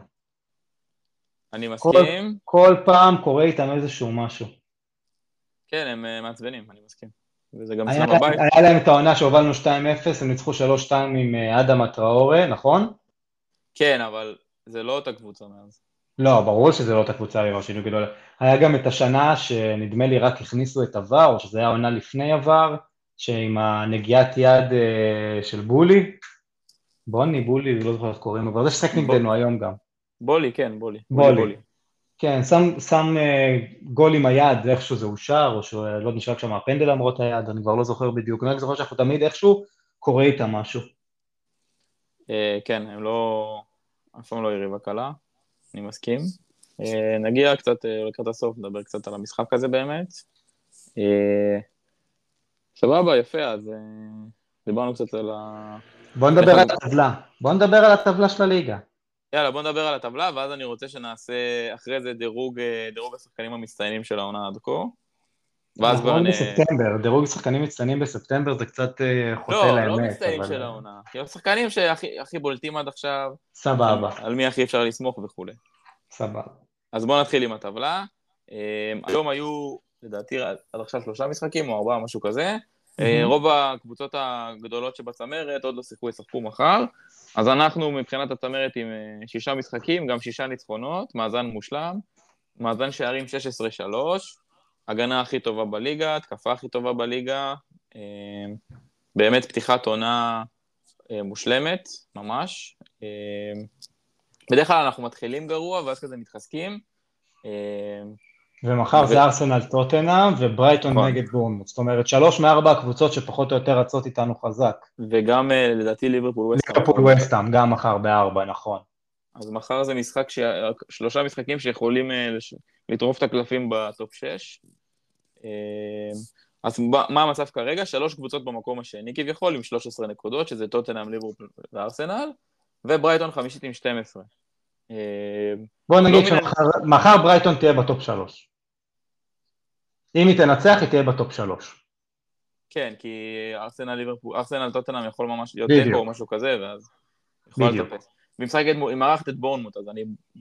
אני מסכים. כל פעם קורה איתם איזשהו משהו. כן, הם מעצבנים, אני מסכים. וזה גם אצלם בבית. היה להם את העונה שהובלנו שתיים אפס, הם ניצחו שלוש שתיים עם אדם הטראורה, נכון? כן, אבל זה לא אותה קבוצה מאז. לא, ברור שזה לא אותה קבוצה, היה גם את השנה שנדמה לי רק הכניסו את עבר, או שזה היה עונה לפני עבר, שעם הנגיעת יד של בולי, בוני, בולי, לא זוכר איך קוראים, אבל זה ששחק נגדנו היום גם. בולי, כן, בולי. בולי. כן, שם, שם גול עם היד, איכשהו זה אושר, או שלא נשאר שם הפנדל למרות היד, אני כבר לא זוכר בדיוק, אני רק זוכר שאנחנו תמיד איכשהו קורא איתם משהו. כן, הם לא, אף פעם לא יריבה קלה, אני מסכים. נגיע קצת לקראת הסוף, נדבר קצת על המשחק הזה באמת. סבבה, יפה, אז דיברנו קצת על ה... בוא נדבר על הטבלה, בוא נדבר על הטבלה של הליגה. יאללה, בוא נדבר על הטבלה, ואז אני רוצה שנעשה אחרי זה דירוג, דירוג השחקנים המצטיינים של העונה עד כה. ואז בוא נ... בספטמבר, דירוג השחקנים מצטיינים בספטמבר זה קצת חוטא לאמת. לא, לא מצטיינים של העונה. כי השחקנים שהכי בולטים עד עכשיו, סבבה. על מי הכי אפשר לסמוך וכו'. סבבה. אז בוא נתחיל עם הטבלה. היום היו, לדעתי, עד עכשיו שלושה משחקים או ארבעה, משהו כזה. רוב הקבוצות הגדולות שבצמרת עוד לא שיחקו, ישחקו מחר. אז אנחנו מבחינת הצמרת עם שישה משחקים, גם שישה ניצחונות, מאזן מושלם, מאזן שערים שש עשרה שלוש, הגנה הכי טובה בליגה, התקפה הכי טובה בליגה, באמת פתיחת עונה מושלמת, ממש. בדרך כלל אנחנו מתחילים גרוע, ואז כזה מתחזקים. ומחר זה ארסנל טוטנהאם וברייטון נגד בורנמוט. זאת אומרת, שלוש מארבע הקבוצות שפחות או יותר רצות איתנו חזק. וגם לדעתי ליברפול ווסטהאם. ליברפול ווסטהאם, גם מחר בארבע, נכון. אז מחר זה משחק, שלושה משחקים שיכולים לטרוף את הקלפים בטופ שש. אז מה המצב כרגע? שלוש קבוצות במקום השני כביכול עם שלוש עשרה נקודות, שזה טוטנהאם, ליברפול וארסנל, וברייטון חמישית עם שתים עשרה. בוא נגיד שמחר ברייטון תהיה בטופ שלוש. אם היא תנצח, היא תהיה בטופ שלוש. כן, כי ארסנל, ליברפול, ארסנל, טוטנהאם יכול ממש להיות טקו או משהו כזה, ואז יכול לטפס. והיא מארחת את בורנמוט, אז אני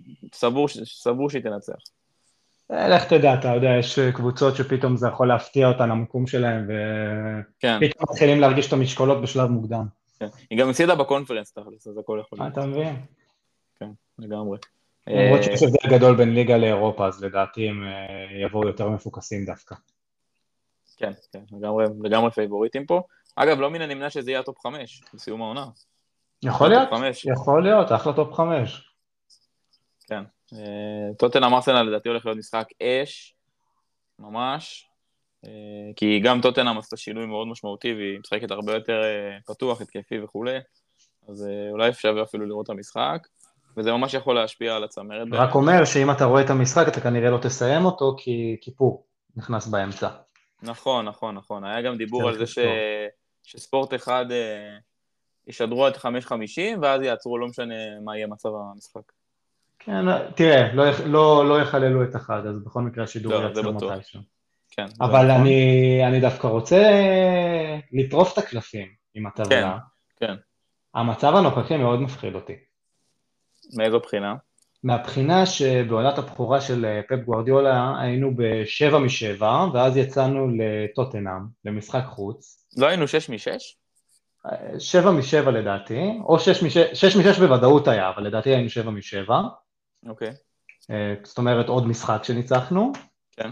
סבור שהיא תנצח. לך תדע, אתה יודע, יש קבוצות שפתאום זה יכול להפתיע אותן, המקום שלהם, ופתאום מתחילים להרגיש את המשקולות בשלב מוקדם. היא גם הפסידה בקונפרנס, תכלס, אז הכל יכול להיות. אתה מבין? כן, לגמרי. למרות שיש הבדל גדול בין ליגה לאירופה, אז לדעתי הם יבואו יותר מפוקסים דווקא. כן, כן, לגמרי פייבוריטים פה. אגב, לא מן הנמנע שזה יהיה הטופ חמש, בסיום העונה. יכול להיות, יכול להיות, אחלה טופ חמש. כן. טוטנהאם ארסנל לדעתי הולך להיות משחק אש, ממש, כי גם טוטנהאם עשתה שינוי מאוד משמעותי, והיא משחקת הרבה יותר פתוח, התקפי וכו', אז אולי אפשר אפילו לראות את המשחק, וזה ממש יכול להשפיע על הצמרת. רק אומר שאם אתה רואה את המשחק, אתה כנראה לא תסיים אותו, כי כיפור נכנס באמצע. נכון, נכון, נכון. היה גם דיבור על זה ש... שספורט אחד ישדרו את חמש חמישים, ואז יעצרו, לא משנה מה יהיה מצב המשחק. כן, תראה, לא, לא, לא יחללו את אחד, אז בכל מקרה השידור לא, יעצר מתישהו. כן, אבל אני, אני דווקא רוצה לטרוף את הקלפים עם הטבלה. כן, כן. המצב הנוכחי מאוד מפחיד אותי. מאיזו בחינה? מהבחינה שבעונת הבכורה של פפ גוארדיולה היינו בשבע משבע, ואז יצאנו לטוטנהאם, למשחק חוץ. לא היינו שש משש? שבע משבע לדעתי, או שש משש, שש משש בוודאות היה, אבל לדעתי היינו שבע משבע. אוקיי. זאת אומרת עוד משחק שניצחנו. כן.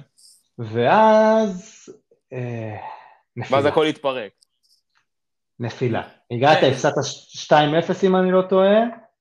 ואז... נפילה. ואז הכל התפרק. נפילה. הגעת, הפסדת שתיים אפס אם אני לא טועה.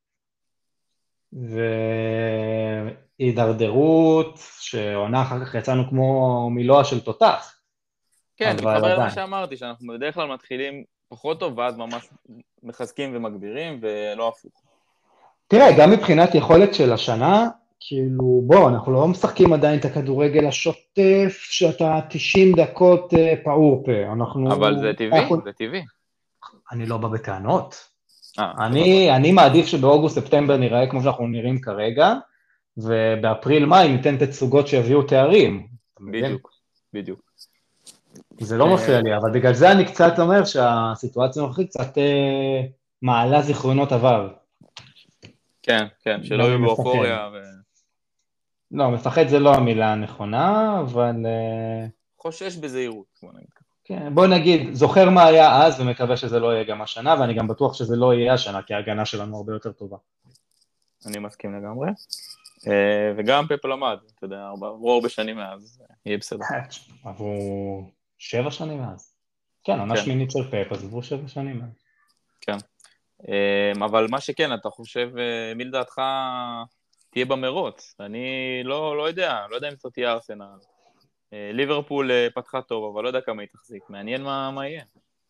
והידרדרות, שעונה אחר כך יצאנו כמו מילואה של תותח. כן, זה מתחבר למה שאמרתי, שאנחנו בדרך כלל מתחילים פחות טוב, ואז ממש מחזקים ומגבירים, ולא הפוך. תראה, גם מבחינת יכולת של השנה, כאילו, בוא, אנחנו לא משחקים עדיין את הכדורגל השוטף, שאתה תשעים דקות פעור פה. אנחנו... אבל זה טבעי, אנחנו... זה טבעי. אני לא בא בטענות. אני, אני מעדיף שבאוגוסט-ספטמבר נראה כמו שאנחנו נראים כרגע, ובאפריל-מאי ניתן תצוגות שיביאו תארים. בדיוק, בדיוק. זה לא מפריע לי, אבל בגלל זה אני קצת אומר שהסיטואציה הנוכחית קצת מעלה זיכרונות עבר. כן, כן, שלא יהיו באופוריה. לא, מפחד זה לא המילה הנכונה, אבל... חושש בזהירות, בוא נגיד. כן, בוא נגיד, זוכר מה היה אז ומקווה שזה לא יהיה גם השנה, ואני גם בטוח שזה לא יהיה השנה, כי ההגנה שלנו הרבה יותר טובה. אני מסכים לגמרי. וגם פפ למד, אתה יודע, עברו הרבה שנים מאז, יהיה בסדר. עברו שבע שנים מאז. כן, עונה שמינית של פפ, אז עברו שבע שנים מאז. כן. אבל מה שכן, אתה חושב, מי לדעתך תהיה במרוץ? אני לא, לא יודע, לא יודע אם זאת תהיה ארסנל. ליברפול פתחה טוב, אבל לא יודע כמה היא תחזיק. מעניין מה, מה יהיה.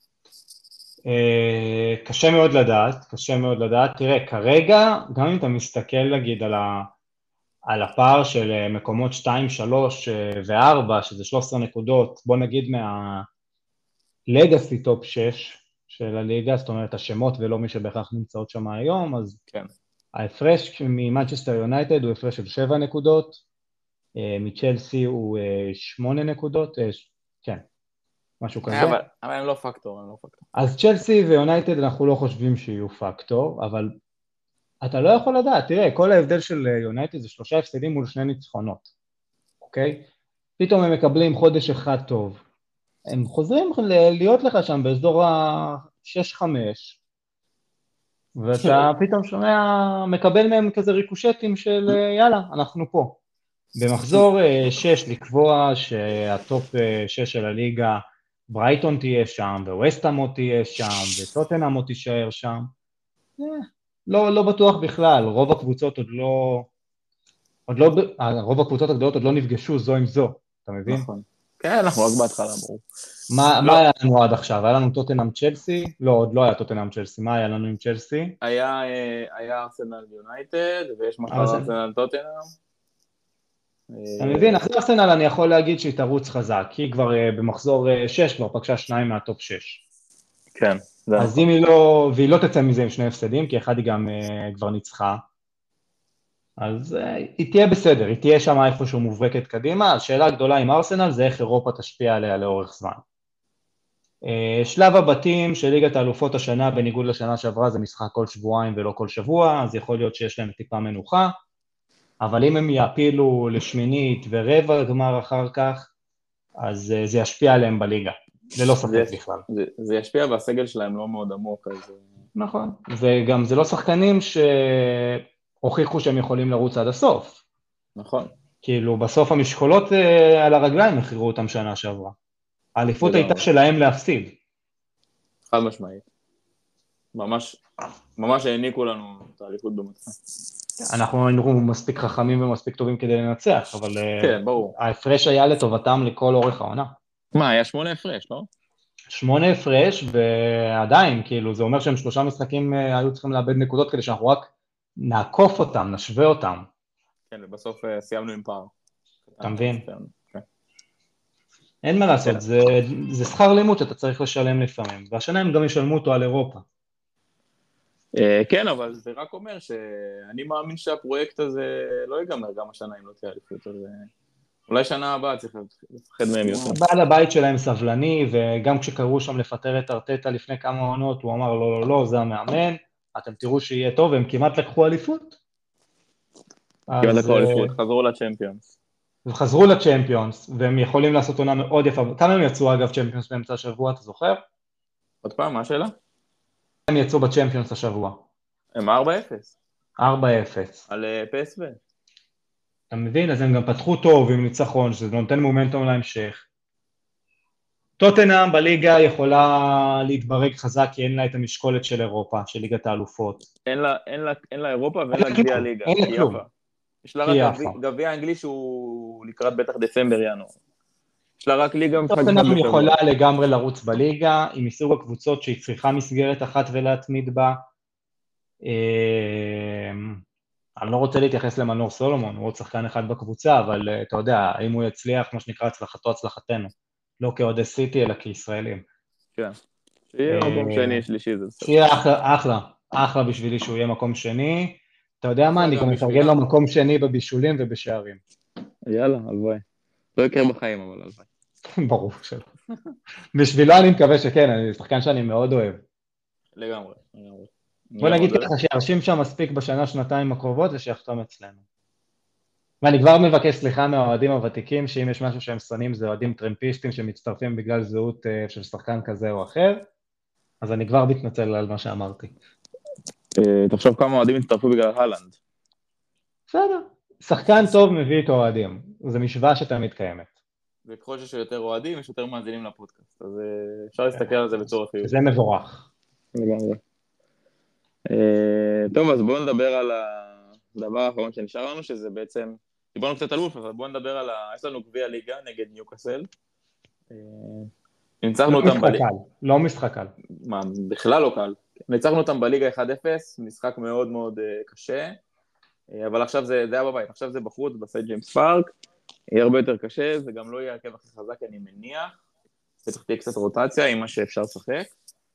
קשה מאוד לדעת, קשה מאוד לדעת. תראה, כרגע, גם אם אתה מסתכל, נגיד, על, ה, על הפער של מקומות שתיים, שלוש ו-ארבע, שזה שלוש עשרה נקודות, בוא נגיד מהלגאסי טופ שש של הליגה, זאת אומרת, השמות ולא מי שבהכרח נמצאות שם היום, אז כן. ההפרש ממנצ'סטר יונייטד הוא הפרש של שבע נקודות, מצ'לסי הוא שמונה נקודות, כן, משהו כזה. אבל, אבל הם לא פקטור, הם לא פקטור. אז צ'לסי ויונייטד אנחנו לא חושבים שיהיו פקטור, אבל אתה לא יכול לדעת, תראה, כל ההבדל של יונייטד זה שלושה הפסדים מול שני ניצחונות, אוקיי? פתאום הם מקבלים חודש אחד טוב, הם חוזרים להיות לך שם באזור ה-שש חמש, ואתה פתאום שומע, מקבל מהם כזה ריקושטים של יאללה, אנחנו פה. במחזור שש לקבוע שהטופ שש של הליגה, ברייטון תהיה שם, וווסטהאם עוד תהיה שם, וטוטנהאם עוד תישאר שם. לא, לא בטוח בכלל, רוב הקבוצות עוד לא, עוד לא, רוב הקבוצות הגדולות עוד לא נפגשו זו עם זו, אתה מבין? נכון. כן, אנחנו רק בהתחלה, ברור. מה, לא, מה היה לנו עד עכשיו? היה לנו טוטנהאם צ'לסי? לא, עוד לא היה טוטנהאם צ'לסי, מה היה לנו עם צ'לסי? היה, אה, היה ארסנל יונייטד, ויש מחר ארסנל. ארסנל טוטנהאם. אתה מבין? אה, אז ארסנל אני יכול להגיד שהיא תרוץ חזק, כי היא כבר אה, במחזור שש, כבר פגשה שניים מהטופ שש. כן, זה אז נכון. אם היא לא, והיא לא תצא מזה עם שני הפסדים, כי אחד היא גם uh, כבר ניצחה, אז uh, היא תהיה בסדר, היא תהיה שם איפשהו מוברקת קדימה. השאלה הגדולה עם ארסנל זה איך אירופה תשפיע עליה לאורך זמן. Uh, שלב הבתים של ליגת האלופות השנה, בניגוד לשנה שעברה, זה משחק כל שבועיים ולא כל שבוע, אז יכול להיות שיש להם טיפה מנוחה, אבל אם הם יעפילו לשמינית ורבע גמר אחר כך, אז uh, זה ישפיע עליהם בליגה, ללא זה, ספק בכלל. זה, זה ישפיע והסגל שלהם לא מאוד עמוק, אז... אה, נכון, וגם זה לא שחקנים שהוכיחו שהם יכולים לרוץ עד הסוף. נכון, כאילו בסוף המשקולות אה, על הרגליים הכירו אותם שנה שעברה. האליפות הייתה לגמרי, שלהם להפסיד. חד משמעית. ממש, ממש העניקו לנו את האליפות במתחה. אנחנו היינו מספיק חכמים ומספיק טובים כדי לנצח, אבל אה, כן, ברור. ההפרש היה לטובתם לכל אורך העונה. מה, היה שמונה הפרש, לא? שמונה הפרש, ועדיין, כאילו, זה אומר שהם שלושה משחקים אה, היו צריכים לאבד נקודות כדי שאנחנו רק נעקוף אותם, נשווה אותם. כן, ובסוף אה, סיימנו עם פער. אתה מבין? כן. אין מה כן. לעשות, זה, זה שכר לימוד שאתה צריך לשלם לפעמים, והשנה הם גם ישלמו אותו על אירופה. אה, כן, אבל זה רק אומר שאני מאמין שהפרויקט הזה לא ייגמר גם השנה אם לא תהיה אליפות, אז אה, אולי שנה הבאה צריך לפחד מהם יותר. בעל הבית שלהם סבלני, וגם כשקראו שם לפטר את ארטטה לפני כמה עונות, הוא אמר לא, לא, לא, זה המאמן, אתם תראו שיהיה טוב, והם כמעט לקחו אליפות. כמעט אז לקחו אליפות, חזרו לצ'מפיונס. הם חזרו לצ'מפיונס, והם יכולים לעשות עונה מאוד יפה. כמה הם יצאו אגב צ'מפיונס באמצע השבוע, אתה זוכר? עוד פעם, מה השאלה? הם יצאו בצ'מפיונס השבוע. הם ארבע אפס. ארבע אפס. על פי אס וי. אתה מבין? אז הם גם פתחו טוב עם ניצחון, שזה נותן מומנטום להמשך. טוטנהאם בליגה יכולה להתברג חזק, כי אין לה את המשקולת של אירופה, של ליגת האלופות. אין לה, אין לה, אין לה אירופה ואין לה גביע ליגה. אין לה היא כלום. יפה. יש לה היא רק יפה. גביע אנגלי שהוא לקראת בטח דצמבר ינואר. יש לה רק ליגה משחק אחד טוטנהאם בשבוע. יכולה לגמרי לרוץ בליגה, היא מסוג הקבוצות שהיא צריכה מסגרת אחת ולהתמיד בה. אני לא רוצה להתייחס למנור סולומון, הוא עוד שחקן אחד בקבוצה, אבל אתה יודע, אם הוא יצליח, מה שנקרא הצלחתו הצלחתנו, לא כאוהדי סיטי, אלא כישראלים. כן. שיהיה מקום שני, שלישי, זה בסדר. שיהיה אחלה, אחלה, אחלה בשבילי שהוא יהיה מקום שני. אתה יודע מה, אני גם מתרגל לו מקום שני בבישולים ובשערים. יאללה, הלוואי. לא יקרה בחיים, אבל הלוואי. ברור שלא. בשבילו אני מקווה שכן, אני שחקן שאני מאוד אוהב. לגמרי, לגמרי. בוא נגיד ככה, שירשים שם מספיק בשנה, שנתיים הקרובות, ושיחתום אצלנו. ואני כבר מבקש סליחה מהאוהדים הוותיקים, שאם יש משהו שהם שונאים, זה אוהדים טרמפיסטים שמצטרפים בגלל זהות של שחקן כזה או אחר, אז אני כבר מתנצל על מה שאמרתי. תחשוב כמה אוהדים הצטרפו בגלל הלנד. בסדר. שחקן טוב מביא איתו אוהדים, זו משוואה שתמיד קיימת. וככל שיש יותר אוהדים, יש יותר מאזינים לפודקאסט, אז אפשר להסתכל על זה בצורה חיובית. זה מבורך. לגמרי. טוב, אז בואו נדבר על הדבר האחרון שנשאר לנו, שזה בעצם, דיברנו קצת על וולף, אבל בואו נדבר על ה... יש לנו גביע ליגה נגד ניוקאסל. ניצחנו אותם בליגה. לא משחק קל. מה, בכלל לא קל. ניצחנו אותם בליגה אחד אפס, משחק מאוד מאוד קשה, אבל עכשיו זה, זה היה בבית, עכשיו זה בחוץ, בסייט ג'יימס פארק, יהיה הרבה יותר קשה, זה גם לא יהיה הרכב הכי חזק, אני מניח, צריך תהיה קצת רוטציה עם מה שאפשר לשחק,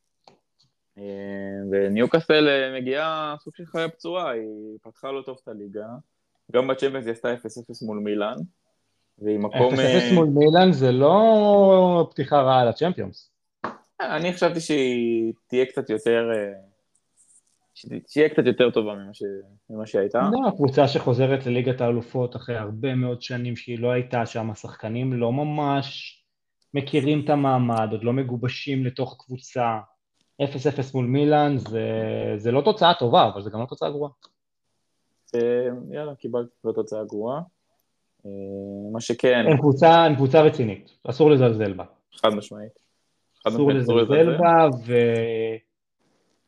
וניוקאסל מגיעה סוג של חיה פצועה, היא פתחה לא טוב את הליגה, גם בצ'מפיונס היא עשתה אפס אפס מול מילאן, והיא מקום... אפס אפס מול מילאן זה לא פתיחה רעה לצ'מפיונס. אני חשבתי שהיא תהיה קצת יותר... שיהיה קצת יותר טובה ממה, ש... ממה שהייתה. לא, הקבוצה שחוזרת לליגת האלופות אחרי הרבה מאוד שנים שהיא לא הייתה שם, השחקנים לא ממש מכירים את המעמד, עוד לא מגובשים לתוך הקבוצה. אפס אפס מול מילאן זה, זה לא תוצאה טובה, אבל זה גם לא תוצאה גרועה. יאללה, קיבלתי לא תוצאה גרועה. מה שכן... הם קבוצה, הם קבוצה רצינית, אסור לזלזל בה. חד משמעית. אסור לזלזל בה, ו...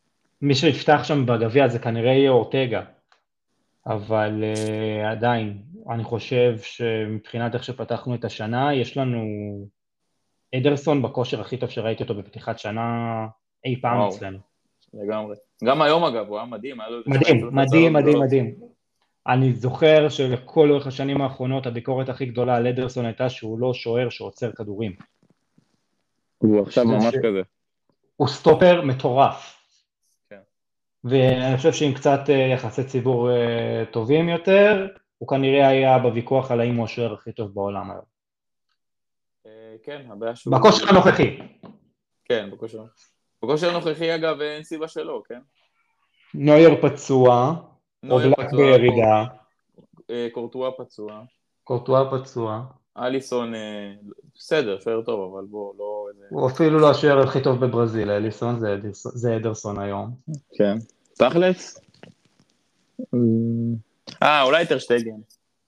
מי שיפתח שם בגביע זה כנראה יהיה אורטגה, אבל uh, עדיין, אני חושב שמבחינת איך שפתחנו את השנה, יש לנו אדרסון בכושר הכי טוב שראיתי אותו בפתיחת שנה אי פעם וואו, אצלנו. לגמרי. גם היום אגב, הוא היה מדהים, היה לו איזה שתיים, מדהים, שלוש מדהים, הצלות מדהים, גדולות. מדהים. אני זוכר שלכל אורך השנים האחרונות הביקורת הכי גדולה על אדרסון הייתה שהוא לא שוער שעוצר כדורים. הוא עכשיו שזה ממש ש... כזה. הוא סטופר מטורף. כן. ואני חושב שעם קצת יחסי ציבור טובים יותר, הוא כנראה היה בוויכוח על האם הוא השוער הכי טוב בעולם היום. כן, הבעיה שהוא... בכושר הנוכחי. כן, בכושר. בכושר הנוכחי אגב אין סיבה שלא, כן? נויר פצוע, נויר אובלק פצוע, בירידה, קורטואה פצוע, קורטואה פצוע, אליסון בסדר, שוער טוב, אבל בוא, לא איזה... הוא אפילו לא השוער הכי טוב בברזיל, אליסון זה, אדיסון, זה אדרסון היום. כן. תכלס? אה, אולי טרשטגן.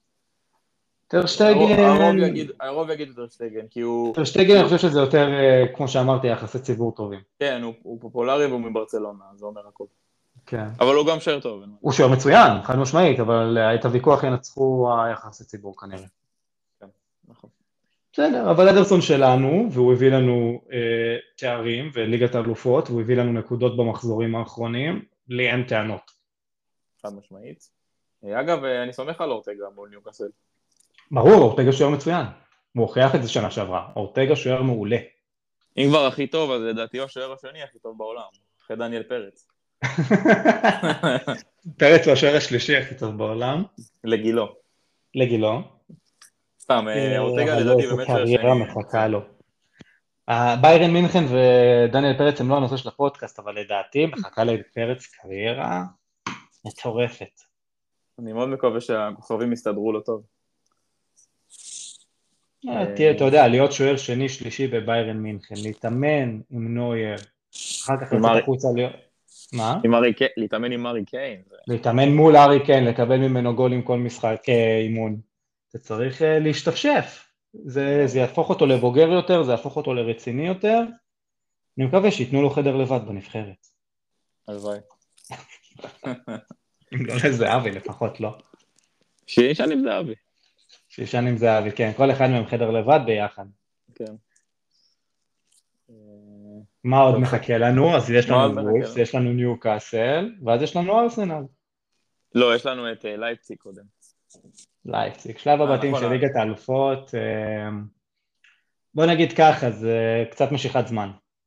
טרשטגן, הרוב יגיד טרשטגן, כי הוא... טרשטגן אני חושב שזה יותר, כמו שאמרתי, יחסי ציבור טובים. כן, הוא פופולרי והוא מברצלונה, זה אומר הכל. כן. אבל הוא גם שוער טוב. הוא שוער מצוין, חד משמעית, אבל את הוויכוח ינצחו היחסי ציבור כנראה. כן, נכון. בסדר, אבל אדרסון שלנו, והוא הביא לנו אה, תארים וליגת האלופות, והוא הביא לנו נקודות במחזורים האחרונים, לי אין טענות. חד משמעית. אגב, אני סומך על אורטגה מול ניוקאסל. ברור, אורטגה שוער מצוין. הוא הוכיח את זה שנה שעברה. אורטגה שוער מעולה. אם כבר הכי טוב, אז לדעתי הוא השוער השני הכי טוב בעולם. אחרי דניאל פרץ. פרץ הוא השוער השלישי הכי טוב בעולם. לגילו. לגילו. סתם, אורטגה לדעתי באמת שוער שני. קריירה מחכה לו. ביירן מינכן ודניאל פרץ הם לא הנושא של הפודקאסט, אבל לדעתי מחכה לפרץ קריירה מטורפת. אני מאוד מקווה שהכוכבים יסתדרו לו טוב. תהיה, אתה יודע, להיות שוער שני שלישי בביירן מינכן, להתאמן עם נויר, אחר כך לצאת החוצה להיות... מה? להתאמן עם ארי קיין. להתאמן מול ארי קיין, לקבל ממנו גול עם כל משחק כאימון. אתה צריך להשתפשף. זה, זה יהפוך אותו לבוגר יותר, זה יהפוך אותו לרציני יותר. אני מקווה שיתנו לו חדר לבד בנבחרת. הלוואי. לא לזהבי לפחות, לא. שישן עם זהבי. שישן עם זהבי, כן. כל אחד מהם חדר לבד ביחד. כן. מה עוד מחכה לנו? אז יש לנו וולפס, יש לנו ניוקאסל, ואז יש לנו ארסנל. לא, יש לנו את לייפציג קודם. לייפציג, שלב הבתים של ליגת האלופות, בוא נגיד ככה, זה קצת משיכת זמן.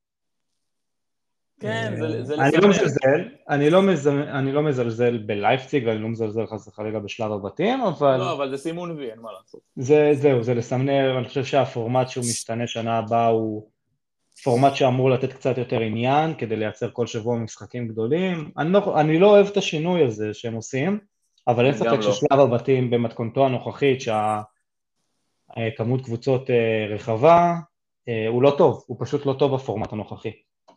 כן, זה אני לא מזלזל, אני לא מזלזל, אני לא מזלזל בלייפציג, ואני לא מזלזל חס וחלילה בשלב הבתים, אבל... לא, אבל זה סימון וי, אין מה לעשות. זה, זהו, זה לסמנר, אני חושב שהפורמט שהוא משתנה שנה הבאה הוא פורמט שאמור לתת קצת יותר עניין, כדי לייצר כל שבוע משחקים גדולים. אני לא, אני לא אוהב את השינוי הזה שהם עושים, אבל אין ספק ששלב הבתים במתכונתו הנוכחית, שהכמות קבוצות רחבה, הוא לא טוב, הוא פשוט לא טוב בפורמט הנוכחי.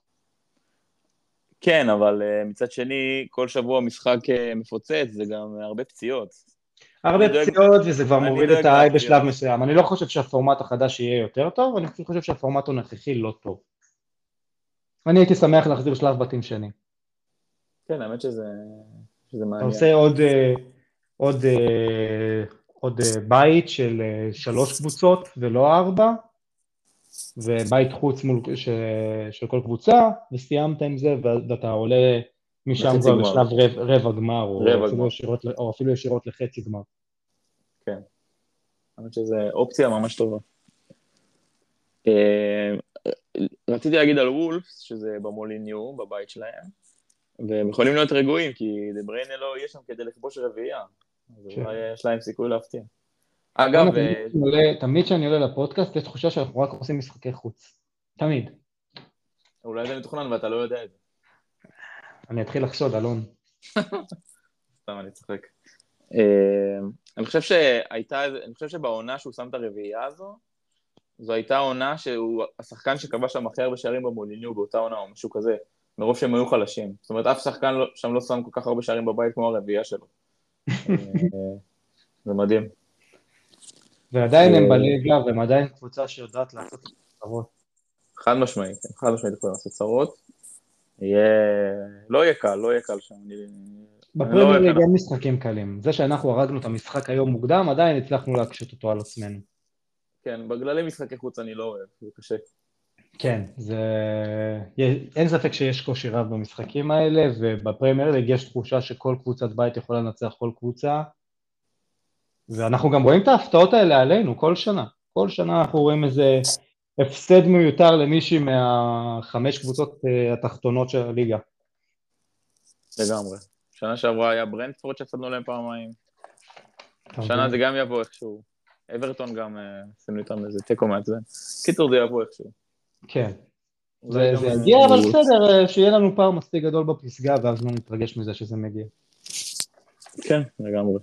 כן, אבל מצד שני, כל שבוע משחק מפוצץ, זה גם הרבה פציעות. הרבה פציעות, וזה כבר מוריד את ה-איי בשלב מסוים. אני לא חושב שהפורמט החדש יהיה יותר טוב, אני חושב שהפורמט הנוכחי לא טוב. אני הייתי שמח להחזיר שלב בתים שני. כן, האמת שזה מעניין. אתה עושה עוד, עוד, עוד בית של שלוש קבוצות ולא ארבע, ובית חוץ מול, ש, של כל קבוצה, וסיימת עם זה, ואתה עולה משם כבר לשלב רבע, רבע גמר, או, רבע אפילו גמר. ישירות, או אפילו ישירות לחצי גמר. כן, האמת שזו אופציה ממש טובה. רציתי להגיד על וולפס, שזה במוליניו, בבית שלהם, והם יכולים להיות רגועים, כי דבריינה לא יהיה שם כדי לכבוש רביעייה, אז אולי יש להם סיכוי להפתיע. אגב... תמיד כשאני עולה לפודקאסט, יש תחושה שאנחנו רק עושים משחקי חוץ. תמיד. אולי זה מתוכנן ואתה לא יודע את זה. אני אתחיל לחשוד, אלון. סתם, אני צוחק. אני חושב שהייתה, אני חושב שבעונה שהוא שם את הרביעייה הזו, זו הייתה עונה שהוא השחקן שקבע שם הכי הרבה שערים במוליניו באותה עונה או משהו כזה, מרוב שהם היו חלשים. זאת אומרת, אף שחקן שם לא שם כל כך הרבה שערים בבית כמו הרביעייה שלו. זה מדהים. ועדיין הם בליגה, והם עדיין קבוצה שיודעת לעשות צרות. חד משמעית, חד משמעית יכולים לעשות צרות. לא יהיה קל, לא יהיה קל שם. בפרמייר ליג אין משחקים קלים. זה שאנחנו הרגנו את המשחק היום מוקדם, עדיין הצלחנו להקשות אותו על עצמנו. כן, בגללי משחקי חוץ אני לא אוהב, זה קשה. כן, זה... אין ספק שיש קושי רב במשחקים האלה, ובפרמייר ליג יש תחושה שכל קבוצת בית יכולה לנצח כל קבוצה, ואנחנו גם רואים את ההפתעות האלה עלינו כל שנה. כל שנה אנחנו רואים איזה הפסד מיותר למישהי מהחמש קבוצות התחתונות של הליגה. לגמרי. שנה שעברה היה ברנטפורד שהפסדנו להם פעמיים. שנה זה גם יבוא איכשהו. אברטון גם עשינו איתם איזה טקו מעצבן. קיצור זה יבוא איכשהו. כן. זה יגיע, אבל בסדר, שיהיה לנו פער מספיק גדול בפסגה, ואז לא נתרגש מזה שזה מגיע. כן, לגמרי.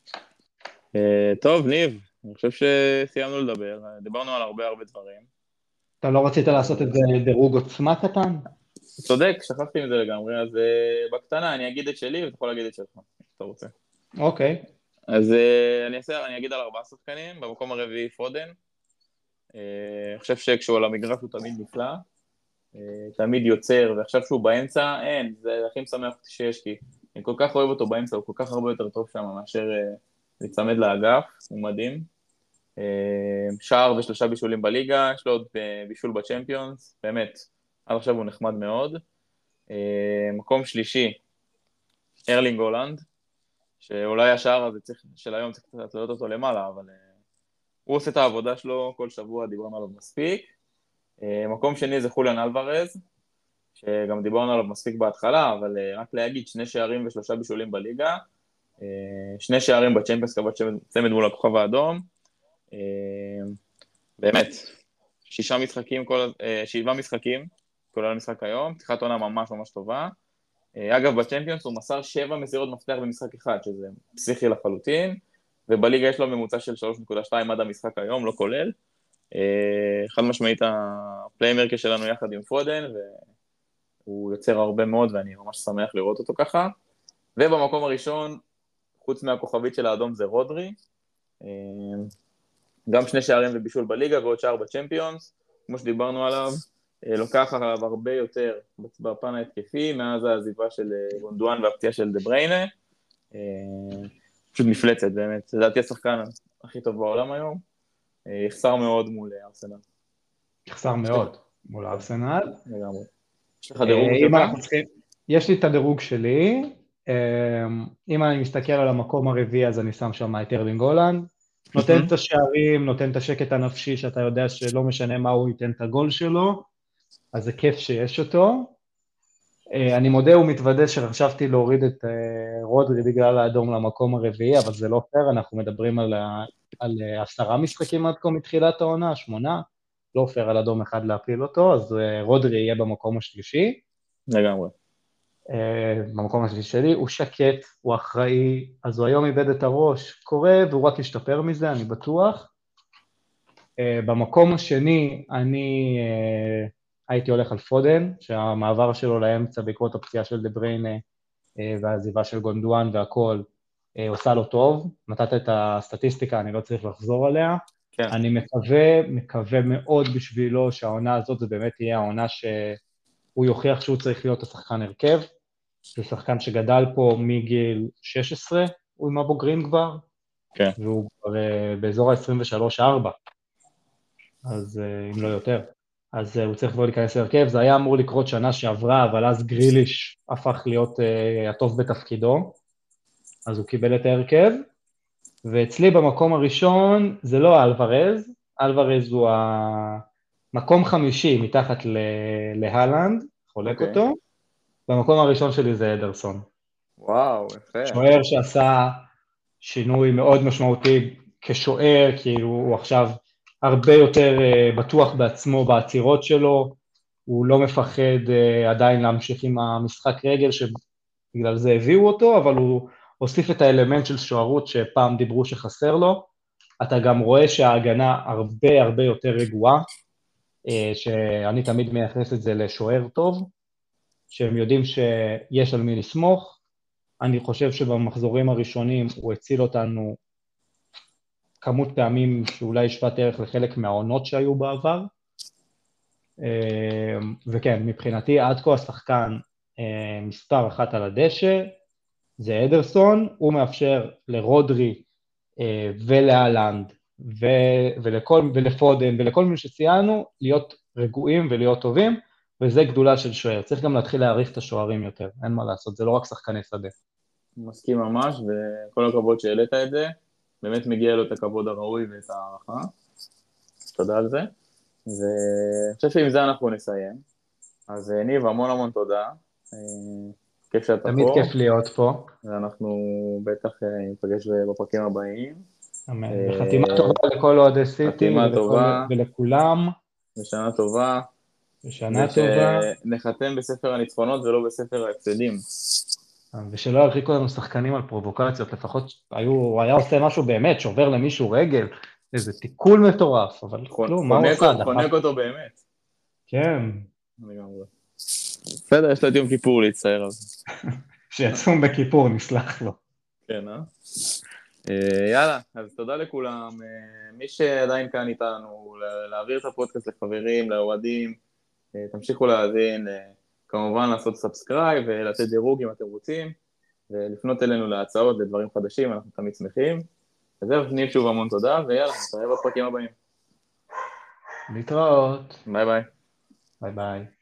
טוב, ניב, אני חושב שסיימנו לדבר, דיברנו על הרבה הרבה דברים. אתה לא רצית לעשות את זה דירוג עוצמה קטן? צודק, שכחתי מזה לגמרי, אז בקטנה אני אגיד את שלי ואתה יכול להגיד את שלך, אם אתה רוצה. אוקיי. אז אני אעשה, אני אגיד על ארבעה שחקנים, במקום הרביעי פודן. אני חושב שכשהוא על המגרש הוא תמיד נפלא, תמיד יוצר, ועכשיו שהוא באמצע, אין, זה הכי משמח אותי שיש, כי אני כל כך אוהב אותו באמצע, הוא כל כך הרבה יותר טוב שם, מאשר להצמד לאגף, הוא מדהים. שער ושלושה בישולים בליגה, יש לו עוד בישול בצ'מפיונס, באמת, עד עכשיו הוא נחמד מאוד. מקום שלישי, ארלינג הולנד, שאולי השער הזה צריך, של היום צריך להעלות אותו למעלה, אבל הוא עושה את העבודה שלו כל שבוע, דיברנו עליו מספיק. מקום שני זה חוליאן אלוורז, שגם דיברנו עליו מספיק בהתחלה, אבל רק להגיד, שני שערים ושלושה בישולים בליגה, שני שערים בצ'מפיונס, קבעת צמד מול הכוכב האדום, באמת, שישה משחקים, כל, שבעה משחקים, כולל המשחק היום, פתיחת עונה ממש ממש טובה. אגב, בצ'מפיונס הוא מסר שבע מסירות מפתח במשחק אחד, שזה פסיכי לחלוטין, ובליגה יש לו ממוצע של שלוש נקודה שתיים עד המשחק היום, לא כולל. חד משמעית הפליימרקר שלנו יחד עם פודן, והוא יוצר הרבה מאוד, ואני ממש שמח לראות אותו ככה. ובמקום הראשון, חוץ מהכוכבית של האדום זה רודרי, גם שני שערים ובישול בליגה ועוד שער בצ'מפיונס, כמו שדיברנו עליו, לוקח עליו הרבה יותר בפן ההתקפי, מאז העזיבה של גונדואן והפציעה של דה בריינה, פשוט מפלצת באמת, לדעתי השחקן הכי טוב בעולם היום, יחסר מאוד מול ארסנל. יחסר מאוד מול ארסנל. לגמרי. יש לך דירוג שלך? יש לי את הדירוג שלי, אם אני מסתכל על המקום הרביעי אז אני שם שם את ארלינג הולנד, נותן את השערים, נותן את השקט הנפשי שאתה יודע שלא משנה מה הוא ייתן את הגול שלו, אז זה כיף שיש אותו. אני מודה ומתוודה שחשבתי להוריד את רודרי בגלל האדום למקום הרביעי, אבל זה לא פייר, אנחנו מדברים על, על עשרה משחקים עד כה מתחילת העונה, שמונה, לא פייר על אדום אחד להפיל אותו, אז רודרי יהיה במקום השלישי. לגמרי. במקום השלישי שלי, הוא שקט, הוא אחראי, אז הוא היום איבד את הראש, קורה והוא רק ישתפר מזה, אני בטוח. במקום השני, אני הייתי הולך על פודן, שהמעבר שלו לאמצע בעקבות הפציעה של דה בריינה והעזיבה של גונדואן והכל, עושה לו טוב, נתת את הסטטיסטיקה, אני לא צריך לחזור עליה. כן. אני מקווה, מקווה מאוד בשבילו שהעונה הזאת זה באמת תהיה העונה שהוא יוכיח שהוא צריך להיות השחקן הרכב, זה שחקן שגדל פה מגיל שש עשרה, הוא עם הבוגרים כבר, כן. והוא כבר באזור ה-עשרים ושלוש ארבע, אז אם לא יותר. אז הוא צריך כבר להיכנס להרכב, זה היה אמור לקרות שנה שעברה, אבל אז גריליש הפך להיות uh, הטוב בתפקידו, אז הוא קיבל את ההרכב, ואצלי במקום הראשון זה לא אלוורז, אלוורז הוא המקום חמישי מתחת להלנד, חולק okay. אותו, במקום הראשון שלי זה אדרסון. וואו, יפה. שוער שעשה שינוי מאוד משמעותי כשוער, כאילו הוא עכשיו הרבה יותר uh, בטוח בעצמו בעצירות שלו, הוא לא מפחד uh, עדיין להמשיך עם המשחק רגל שבגלל זה הביאו אותו, אבל הוא הוסיף את האלמנט של שוערות שפעם דיברו שחסר לו, אתה גם רואה שההגנה הרבה הרבה יותר רגועה, uh, שאני תמיד מייחס את זה לשוער טוב, שהם יודעים שיש על מי לסמוך, אני חושב שבמחזורים הראשונים הוא הציל אותנו, כמות פעמים שאולי ישפט ערך לחלק מהעונות שהיו בעבר, וכן, מבחינתי עד כה השחקן מספר אחת על הדשא, זה אדרסון, הוא מאפשר לרודרי אה, ולהלנד ו- ולכל, ולפודן ולכל מי שציינו להיות רגועים ולהיות טובים, וזה גדולה של שוער. צריך גם להתחיל להעריך את השוערים יותר, אין מה לעשות, זה לא רק שחקני שדה. מסכים ממש, וכל הכבוד שהעלית את זה, באמת מגיע לו את הכבוד הראוי ואת הערכה, תודה על זה, ואני חושב שעם זה אנחנו נסיים, אז ניב, המון המון תודה, כיף שאתה תמיד פה, כיף להיות פה. ואנחנו בטח ניפגש בפרקים הבאים. אמן. וחתימה טובה לכל אוהדי סיטי חתימה ולכל, טובה, ולכולם, ושנה טובה, ושנה טובה, ושנחתם בספר הניצחונות ולא בספר ההפסדים. ושלא ירחיקו לנו שחקנים על פרובוקציות, לפחות היו, הוא היה עושה משהו באמת, שובר למישהו רגל, איזה תיקול מטורף, אבל כלום, מה הוא עשה? חונק אותו באמת. כן. בסדר, יש לו את יום כיפור להצטער על זה. שיצום בכיפור, נסלח לו. כן, אה? יאללה, אז תודה לכולם. מי שעדיין כאן איתנו, להעביר את הפודקאסט לחברים, לאוהדים, תמשיכו להאזין, כמובן לעשות סאבסקרייב ולתת דירוג אם אתם רוצים, ולפנות אלינו להצעות לדברים חדשים, אנחנו תמיד שמחים. וזהו, ניב שוב המון תודה, ויאללה, נתראה בפרקים הבאים. להתראות. ביי ביי. ביי ביי.